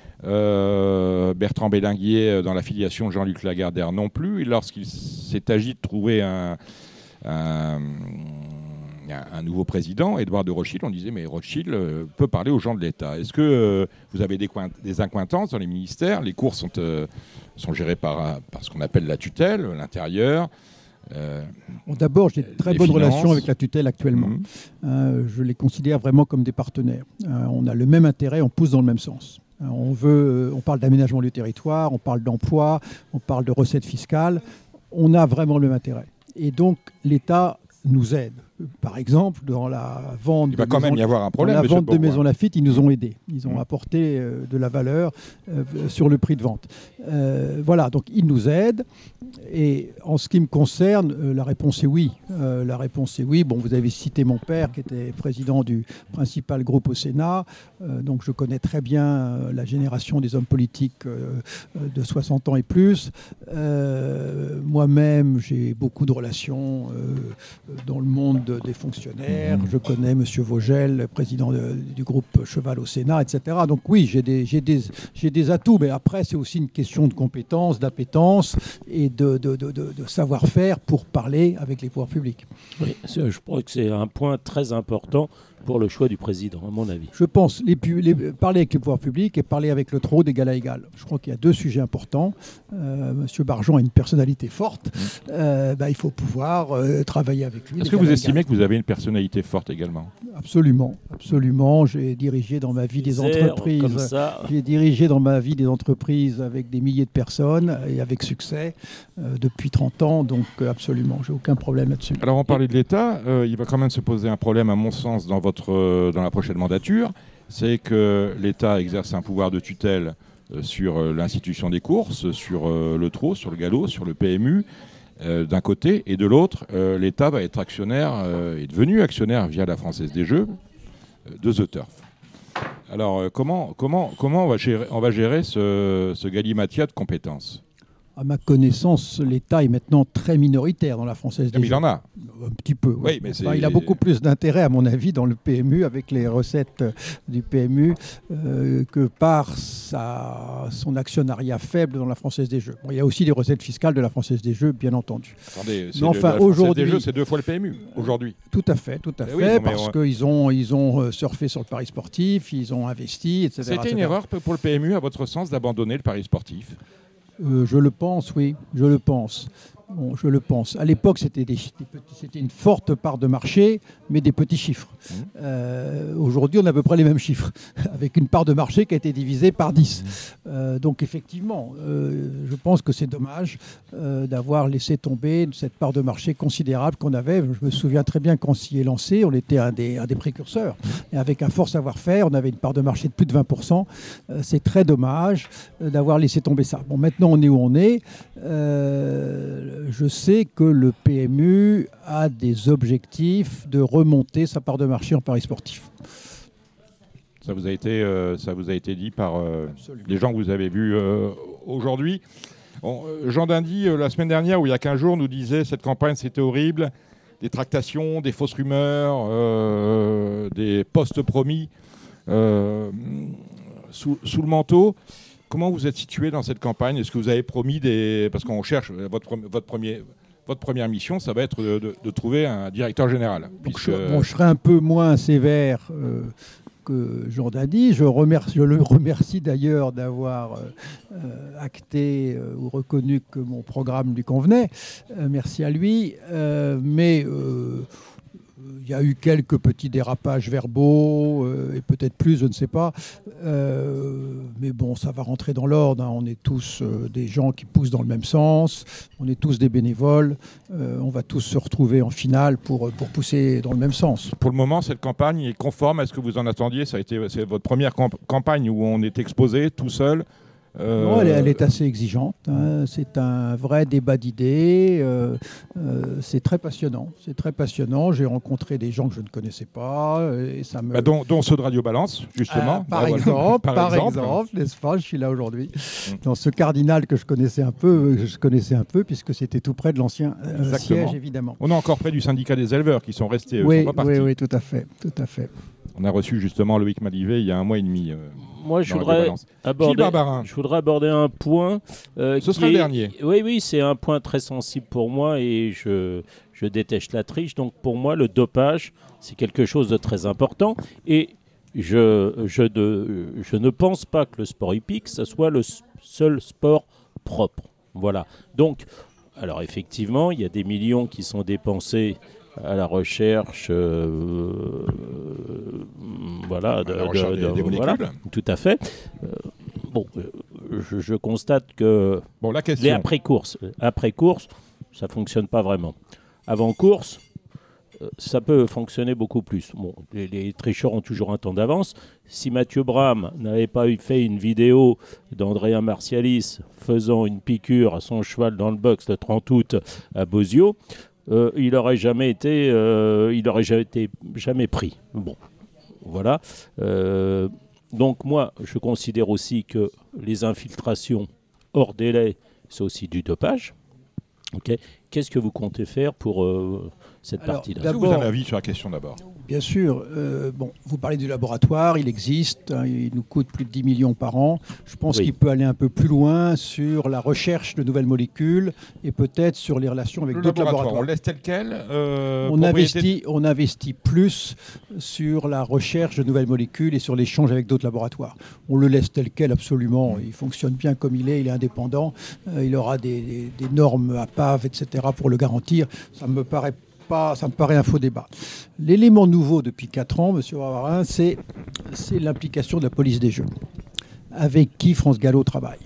euh, Bertrand Bélinguier dans la filiation de Jean-Luc Lagardère non plus, et lorsqu'il s'est agi de trouver un, un, un nouveau président, Édouard de Rothschild, on disait mais Rothschild euh, peut parler aux gens de l'État. Est-ce que euh, vous avez des, coin- des incointances dans les ministères ? Les cours sont, euh, sont gérés par, par ce qu'on appelle la tutelle, l'intérieur. Euh, bon, D'abord, j'ai de très bonnes finances. relations avec la tutelle actuellement. Mmh. Euh, je les considère vraiment comme des partenaires. Euh, on a le même intérêt, on pousse dans le même sens. Euh, on, veut, on parle d'aménagement du territoire, on parle d'emploi, on parle de recettes fiscales. On a vraiment le même intérêt. Et donc, l'État nous aide. Par exemple, dans la vente, il va quand même y avoir un problème, dans la vente de Maison Laffitte, ils nous ont aidés. Ils ont mmh. apporté euh, de la valeur euh, sur le prix de vente. Euh, voilà, donc ils nous aident. Et en ce qui me concerne, euh, la réponse est oui. Euh, la réponse est oui. Bon, vous avez cité mon père, qui était président du principal groupe au Sénat. Euh, donc je connais très bien euh, la génération des hommes politiques euh, de soixante ans et plus. Euh, moi-même, j'ai beaucoup de relations euh, dans le monde de, des fonctionnaires. Je connais M. Vogel, président de, du groupe Cheval au Sénat, et cetera. Donc oui, j'ai des, j'ai des, j'ai des atouts, mais après, c'est aussi une question de compétence, d'appétence et de, de, de, de, de savoir-faire pour parler avec les pouvoirs publics. Oui, je crois que c'est un point très important pour le choix du président, à mon avis. Je pense les, les, parler avec les pouvoirs publics et parler avec le trot d'égal à égal. Je crois qu'il y a deux sujets importants. Euh, Monsieur Barjon a une personnalité forte. Mmh. Euh, bah, il faut pouvoir euh, travailler avec lui. Est-ce que vous estimez que vous avez une personnalité forte également ? Absolument, absolument. J'ai dirigé dans ma vie des entreprises. Comme ça. J'ai dirigé dans ma vie des entreprises avec des milliers de personnes et avec succès euh, depuis trente ans. Donc absolument, j'ai aucun problème là-dessus. Alors on parlait de l'État. Euh, il va quand même se poser un problème, à mon sens, dans votre dans la prochaine mandature, c'est que l'État exerce un pouvoir de tutelle euh, sur euh, l'institution des courses, sur euh, le trot, sur le galop, sur le P M U, euh, d'un côté, et de l'autre, euh, l'État va être actionnaire, euh, est devenu actionnaire via la Française des Jeux, euh, de The Turf. Alors euh, comment, comment, comment on va gérer, on va gérer ce, ce galimatia de compétences ? À ma connaissance, l'État est maintenant très minoritaire dans la Française des Jeux. Mais il en a. Un petit peu. Oui. Oui, mais enfin, il a beaucoup plus d'intérêt, à mon avis, dans le P M U, avec les recettes du P M U, euh, que par sa, son actionnariat faible dans la Française des Jeux. Bon, il y a aussi les recettes fiscales de la Française des Jeux, bien entendu. Attendez, c'est enfin, le, la Française des Jeux, c'est deux fois le P M U, aujourd'hui. Tout à fait, tout à eh fait, oui, parce on... qu'ils ont, ils ont surfé sur le pari sportif, ils ont investi, et cetera. C'était une erreur pour le P M U, à votre sens, d'abandonner le pari sportif ? Euh, je le pense, oui, je le pense. Bon, je le pense. À l'époque, c'était, des, des petits, c'était une forte part de marché, mais des petits chiffres. Mmh. Euh, aujourd'hui, on a à peu près les mêmes chiffres, avec une part de marché qui a été divisée par dix. Mmh. Euh, donc, effectivement, euh, je pense que c'est dommage euh, d'avoir laissé tomber cette part de marché considérable qu'on avait. Je me souviens très bien qu'on s'y est lancé, on était un des, un des précurseurs. Et avec un fort savoir-faire, on avait une part de marché de plus de vingt pour cent. Euh, c'est très dommage euh, d'avoir laissé tomber ça. Bon, maintenant, on est où on est. Euh, Je sais que le P M U a des objectifs de remonter sa part de marché en paris sportif. Ça vous a été, euh, ça vous a été dit par euh, les gens que vous avez vus euh, aujourd'hui. Bon, euh, Jean Dindy, euh, la semaine dernière, ou il y a quinze jours, nous disait cette campagne, c'était horrible. Des tractations, des fausses rumeurs, euh, des postes promis euh, sous, sous le manteau. Comment vous êtes situé dans cette campagne? Est-ce que vous avez promis des... Parce qu'on cherche, votre, votre, premier, votre première mission, ça va être de, de, de trouver un directeur général. Puisque... je, bon, je serai un peu moins sévère euh, que Jean Dindy. Je, remercie, je le remercie d'ailleurs d'avoir euh, acté euh, ou reconnu que mon programme lui convenait. Euh, merci à lui. Euh, mais... Euh, il y a eu quelques petits dérapages verbaux, euh, et peut-être plus, je ne sais pas. Euh, mais bon, ça va rentrer dans l'ordre. Hein. On est tous euh, des gens qui poussent dans le même sens. On est tous des bénévoles. Euh, on va tous se retrouver en finale pour, pour pousser dans le même sens. Pour le moment, cette campagne est conforme à ce que vous en attendiez. Ça a été, c'est votre première camp- campagne où on est exposé tout seul. Euh... Non, elle est, elle est assez exigeante. Hein. C'est un vrai débat d'idées. Euh, euh, c'est très passionnant. C'est très passionnant. J'ai rencontré des gens que je ne connaissais pas. Et ça me... bah, dont, dont ceux de Radio Balance, justement. Ah, par, bah, exemple, voilà. par, par exemple, exemple, n'est-ce pas? Je suis là aujourd'hui. Mmh. Dans ce cardinal que je connaissais un peu, je connaissais un peu, puisque c'était tout près de l'ancien euh, siège, évidemment. On est encore près du syndicat des éleveurs qui sont restés. Oui, sont pas oui, oui, tout à fait, tout à fait. On a reçu justement Loïc Malivet il y a un mois et demi. Euh, Moi, je voudrais, aborder, je voudrais aborder un point. Euh, Ce sera est, le dernier. Oui, oui, c'est un point très sensible pour moi et je, je déteste la triche. Donc, pour moi, le dopage, c'est quelque chose de très important. Et je, je, de, je ne pense pas que le sport hippique, ce soit le seul sport propre. Voilà. Donc, alors effectivement, il y a des millions qui sont dépensés à la recherche, euh, euh, voilà, de, à la recherche de, des, de, des molécules. Voilà, tout à fait. Euh, bon, euh, je, je constate que bon, la question. les après-courses, après-course, ça fonctionne pas vraiment. Avant-course, euh, ça peut fonctionner beaucoup plus. Bon, les, les tricheurs ont toujours un temps d'avance. Si Mathieu Bram n'avait pas eu fait une vidéo d'Andrea Martialis faisant une piqûre à son cheval dans le box le trente août à Bozio, Euh, il n'aurait jamais été, euh, il aurait jamais été jamais pris. Bon, voilà. Euh, donc moi, je considère aussi que les infiltrations hors délai, c'est aussi du dopage. Ok. Qu'est-ce que vous comptez faire pour euh, cette Alors, Est-ce partie-là? que vous avez un avis sur la question d'abord? Bien sûr. Euh, bon, vous parlez du laboratoire, il existe, hein, il nous coûte plus de dix millions par an. Je pense oui. qu'il peut aller un peu plus loin sur la recherche de nouvelles molécules et peut-être sur les relations avec le d'autres laboratoire. laboratoires. On laisse tel quel euh, on, investit, on investit plus sur la recherche de nouvelles molécules et sur l'échange avec d'autres laboratoires. On le laisse tel quel absolument. Il fonctionne bien comme il est, il est indépendant. Euh, il aura des, des, des normes à P A V, et cetera pour le garantir. Ça me paraît Pas, ça me paraît un faux débat. L'élément nouveau depuis quatre ans, M. Barbarin, c'est, c'est l'implication de la police des jeux, avec qui France Gallo travaille.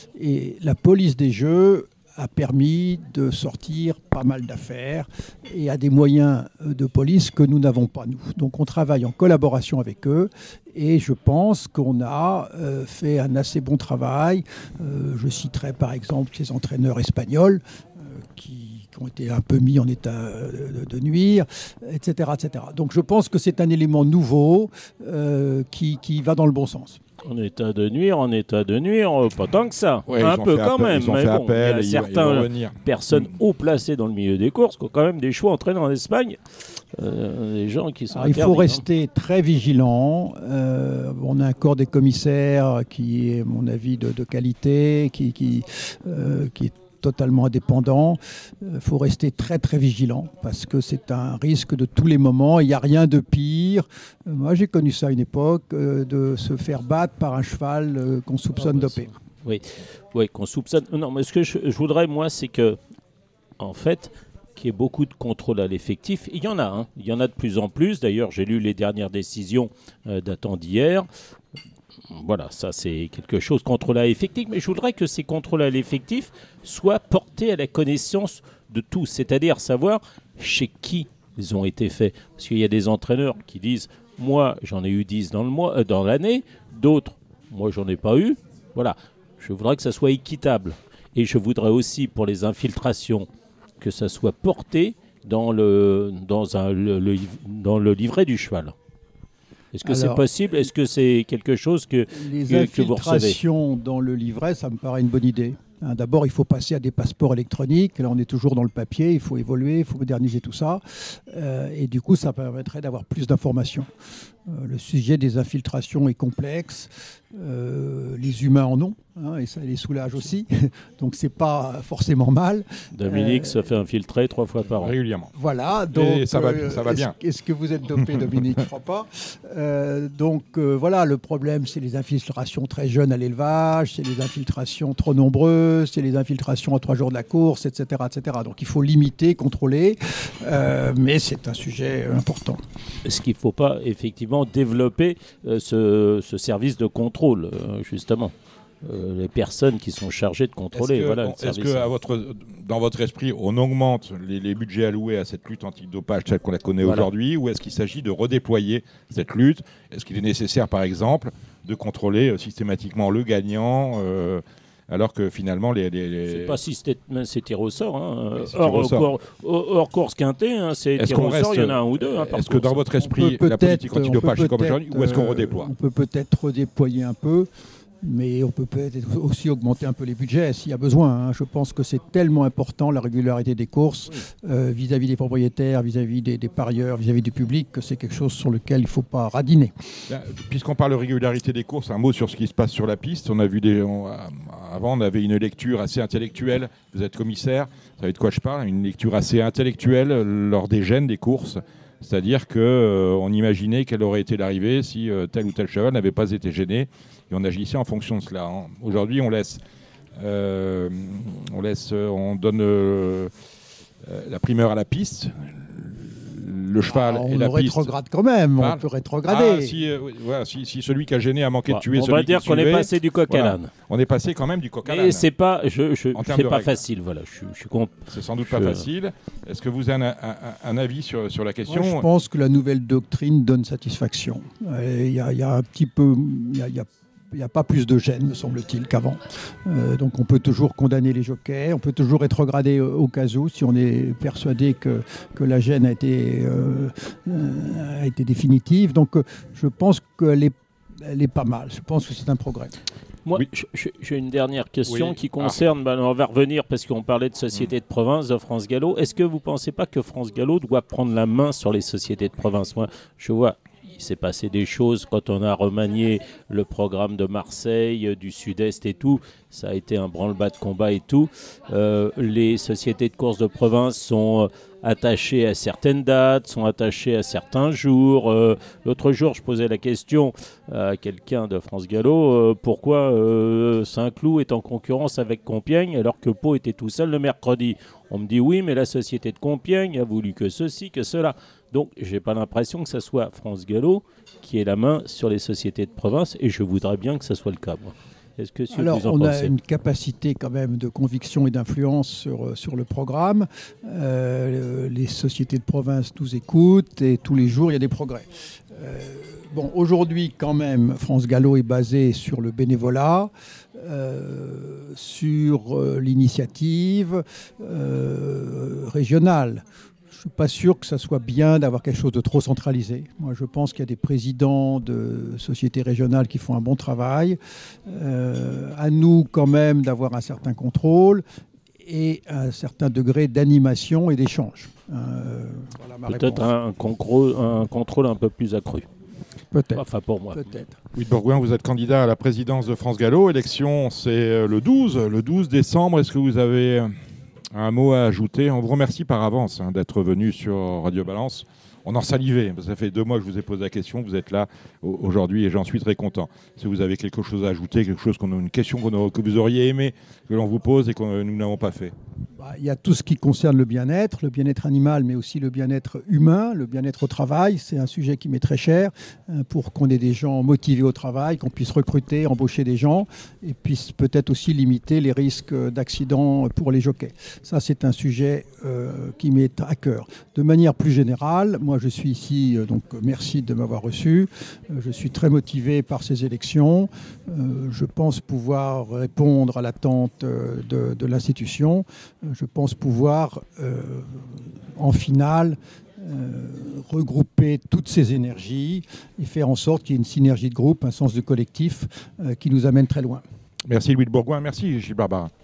Et la police des jeux a permis de sortir pas mal d'affaires et a des moyens de police que nous n'avons pas, nous. Donc on travaille en collaboration avec eux et je pense qu'on a euh, fait un assez bon travail. Euh, je citerai par exemple ces entraîneurs espagnols euh, qui qui ont été un peu mis en état de, de nuire, et cetera, et cetera. Donc je pense que c'est un élément nouveau euh, qui, qui va dans le bon sens. En état de nuire, en état de nuire, pas tant que ça. Ouais, un peu quand appel, même. Ils ont mais fait bon, appel, il y a ils, certaines ils personnes mmh. haut placées dans le milieu des courses qui ont quand même des choix entraînés en Espagne. Euh, des gens qui sont Alors, il faut rester hein. très vigilant. Euh, on a un corps des commissaires qui est, à mon avis, de, de qualité, qui, qui, euh, qui est totalement indépendant. Il faut rester très très vigilant parce que c'est un risque de tous les moments. Il n'y a rien de pire. Moi j'ai connu ça à une époque, euh, de se faire battre par un cheval euh, qu'on soupçonne ah, bah, dopé. Oui, oui, qu'on soupçonne. Non, mais ce que je, je voudrais, moi, c'est que, en fait, qu'il y ait beaucoup de contrôle à l'effectif. Il y en a, hein. Il y en a de plus en plus. D'ailleurs, j'ai lu les dernières décisions euh, datant d'hier. Voilà, ça, c'est quelque chose, contrôle à l'effectif. Mais je voudrais que ces contrôles à l'effectif soient portés à la connaissance de tous, c'est-à-dire savoir chez qui ils ont été faits. Parce qu'il y a des entraîneurs qui disent « Moi, j'en ai eu dix dans, le mois, euh, dans l'année. D'autres, moi, j'en ai pas eu. » Voilà. Je voudrais que ça soit équitable. Et je voudrais aussi, pour les infiltrations, que ça soit porté dans le, dans un, le, le, dans le livret du cheval. Est-ce que c'est possible? Est-ce que c'est quelque chose que, les que, que vous recevez? Les infiltrations dans le livret, ça me paraît une bonne idée. Hein, d'abord, il faut passer à des passeports électroniques. Là, on est toujours dans le papier. Il faut évoluer, il faut moderniser tout ça. Euh, et du coup, ça permettrait d'avoir plus d'informations. Euh, le sujet des infiltrations est complexe. Euh, les humains en ont, hein, et ça les soulage aussi. Donc, c'est pas forcément mal. Dominique euh, se fait infiltrer trois fois par an. Régulièrement. Voilà. Donc, et ça va, euh, ça va bien. Est-ce, est-ce que vous êtes dopé, Dominique? Je ne crois pas. Euh, donc, euh, voilà, le problème, c'est les infiltrations très jeunes à l'élevage, c'est les infiltrations trop nombreuses, c'est les infiltrations à trois jours de la course, et cetera, et cetera. Donc, il faut limiter, contrôler, euh, mais c'est un sujet important. Est-ce qu'il ne faut pas, effectivement, développer euh, ce, ce service de contrôle, euh, justement euh, les personnes qui sont chargées de contrôler. Est-ce que, voilà, on, est-ce que à votre, dans votre esprit, on augmente les, les budgets alloués à cette lutte anti-dopage telle qu'on la connaît voilà. aujourd'hui, ou est-ce qu'il s'agit de redéployer cette lutte? Est-ce qu'il est nécessaire, par exemple, de contrôler euh, systématiquement le gagnant euh, alors que finalement les... les, les... C'est pas systématiquement, c'est tir au sort. Hein. C'est hors, tir au sort. Hors, hors course quintée, hein, c'est tir au reste, sort, il y en a un ou deux. Hein, est-ce que dans votre esprit, la politique anti-dopage est comme aujourd'hui, ou est-ce qu'on redéploie? On peut peut-être redéployer un peu. Mais on peut peut-être aussi augmenter un peu les budgets s'il y a besoin. Hein. Je pense que c'est tellement important, la régularité des courses, oui. euh, vis-à-vis des propriétaires, vis-à-vis des, des parieurs, vis-à-vis du public, que c'est quelque chose sur lequel il ne faut pas radiner. Puisqu'on parle de régularité des courses, un mot sur ce qui se passe sur la piste. On a vu des, on, avant, on avait une lecture assez intellectuelle. Vous êtes commissaire, vous savez de quoi je parle, une lecture assez intellectuelle lors des gènes des courses. C'est-à-dire qu'on euh, imaginait quelle aurait été l'arrivée si euh, tel ou tel cheval n'avait pas été gêné. Et on agissait en fonction de cela. Hein. Aujourd'hui, on laisse, euh, on laisse, on donne euh, la primeur à la piste. Le cheval ah, et la piste. On rétrograde quand même. Parle. On peut rétrograder. Ah, si, euh, voilà, si, si celui qui a gêné a manqué bah, de tuer on celui va dire qui qu'on suivait, est passé du coq voilà. à l'âne. On est passé quand même du coq à l'âne. Et c'est pas, je, je, c'est pas facile. Voilà, je, je suis comp... C'est sans doute je... pas facile. Est-ce que vous avez un, un, un avis sur, sur la question? Moi, je pense que la nouvelle doctrine donne satisfaction. Il y, y a un petit peu, il y a, y a Il n'y a pas plus de gêne, me semble-t-il, qu'avant. Euh, donc on peut toujours condamner les jockeys, on peut toujours rétrograder au, au cas où, si on est persuadé que, que la gêne a été, euh, euh, a été définitive. Donc euh, je pense qu'elle est, elle est pas mal. Je pense que c'est un progrès. Moi, oui. j'ai une dernière question oui. qui concerne, ah. ben, on va revenir parce qu'on parlait de sociétés de province, de France Gallo. Est-ce que vous ne pensez pas que France Gallo doit prendre la main sur les sociétés de province? Moi, je vois... Il s'est passé des choses quand on a remanié le programme de Marseille, du Sud-Est et tout. Ça a été un branle-bas de combat et tout. Euh, les sociétés de course de province sont attachées à certaines dates, sont attachées à certains jours. Euh, l'autre jour, je posais la question à quelqu'un de France Gallo, euh, pourquoi euh, Saint-Cloud est en concurrence avec Compiègne alors que Pau était tout seul le mercredi? On me dit oui, mais la société de Compiègne a voulu que ceci, que cela. Donc, je n'ai pas l'impression que ce soit France Gallo qui ait la main sur les sociétés de province, et je voudrais bien que ce soit le cas. Moi. Est-ce que Alors, vous en on pensez? a une capacité quand même de conviction et d'influence sur, sur le programme. Euh, les sociétés de province nous écoutent et tous les jours, il y a des progrès. Euh, bon, aujourd'hui, quand même, France Gallo est basée sur le bénévolat, euh, sur euh, l'initiative euh, régionale. Je ne suis pas sûr que ça soit bien d'avoir quelque chose de trop centralisé. Moi, je pense qu'il y a des présidents de sociétés régionales qui font un bon travail. Euh, à nous, quand même, d'avoir un certain contrôle et un certain degré d'animation et d'échange. Euh, voilà Peut-être un contrôle, un contrôle un peu plus accru. Peut-être. Enfin, pour moi. Peut-être. Oui, Bourgoin, vous êtes candidat à la présidence de France Gallo. Élection, c'est le douze, le douze décembre. Est-ce que vous avez Un mot à ajouter. On vous remercie par avance hein, d'être venu sur Radio Balance. On en salivait. Ça fait deux mois que je vous ai posé la question. Vous êtes là aujourd'hui et j'en suis très content. Si vous avez quelque chose à ajouter, quelque chose qu'on a, une question qu'on a, que vous auriez aimé que l'on vous pose et que nous n'avons pas fait. Bah, il y a tout ce qui concerne le bien-être, le bien-être animal, mais aussi le bien-être humain, le bien-être au travail. C'est un sujet qui m'est très cher hein, pour qu'on ait des gens motivés au travail, qu'on puisse recruter, embaucher des gens et puisse peut-être aussi limiter les risques d'accidents pour les jockeys. Ça, c'est un sujet euh, qui m'est à cœur. De manière plus générale, moi je suis ici, euh, donc merci de m'avoir reçu. Euh, je suis très motivé par ces élections. Euh, je pense pouvoir répondre à l'attente euh, de, de l'institution. Je pense pouvoir, euh, en finale, euh, regrouper toutes ces énergies et faire en sorte qu'il y ait une synergie de groupe, un sens de collectif euh, qui nous amène très loin. Merci Louis de Bourgoin, merci Gilles Barbarin.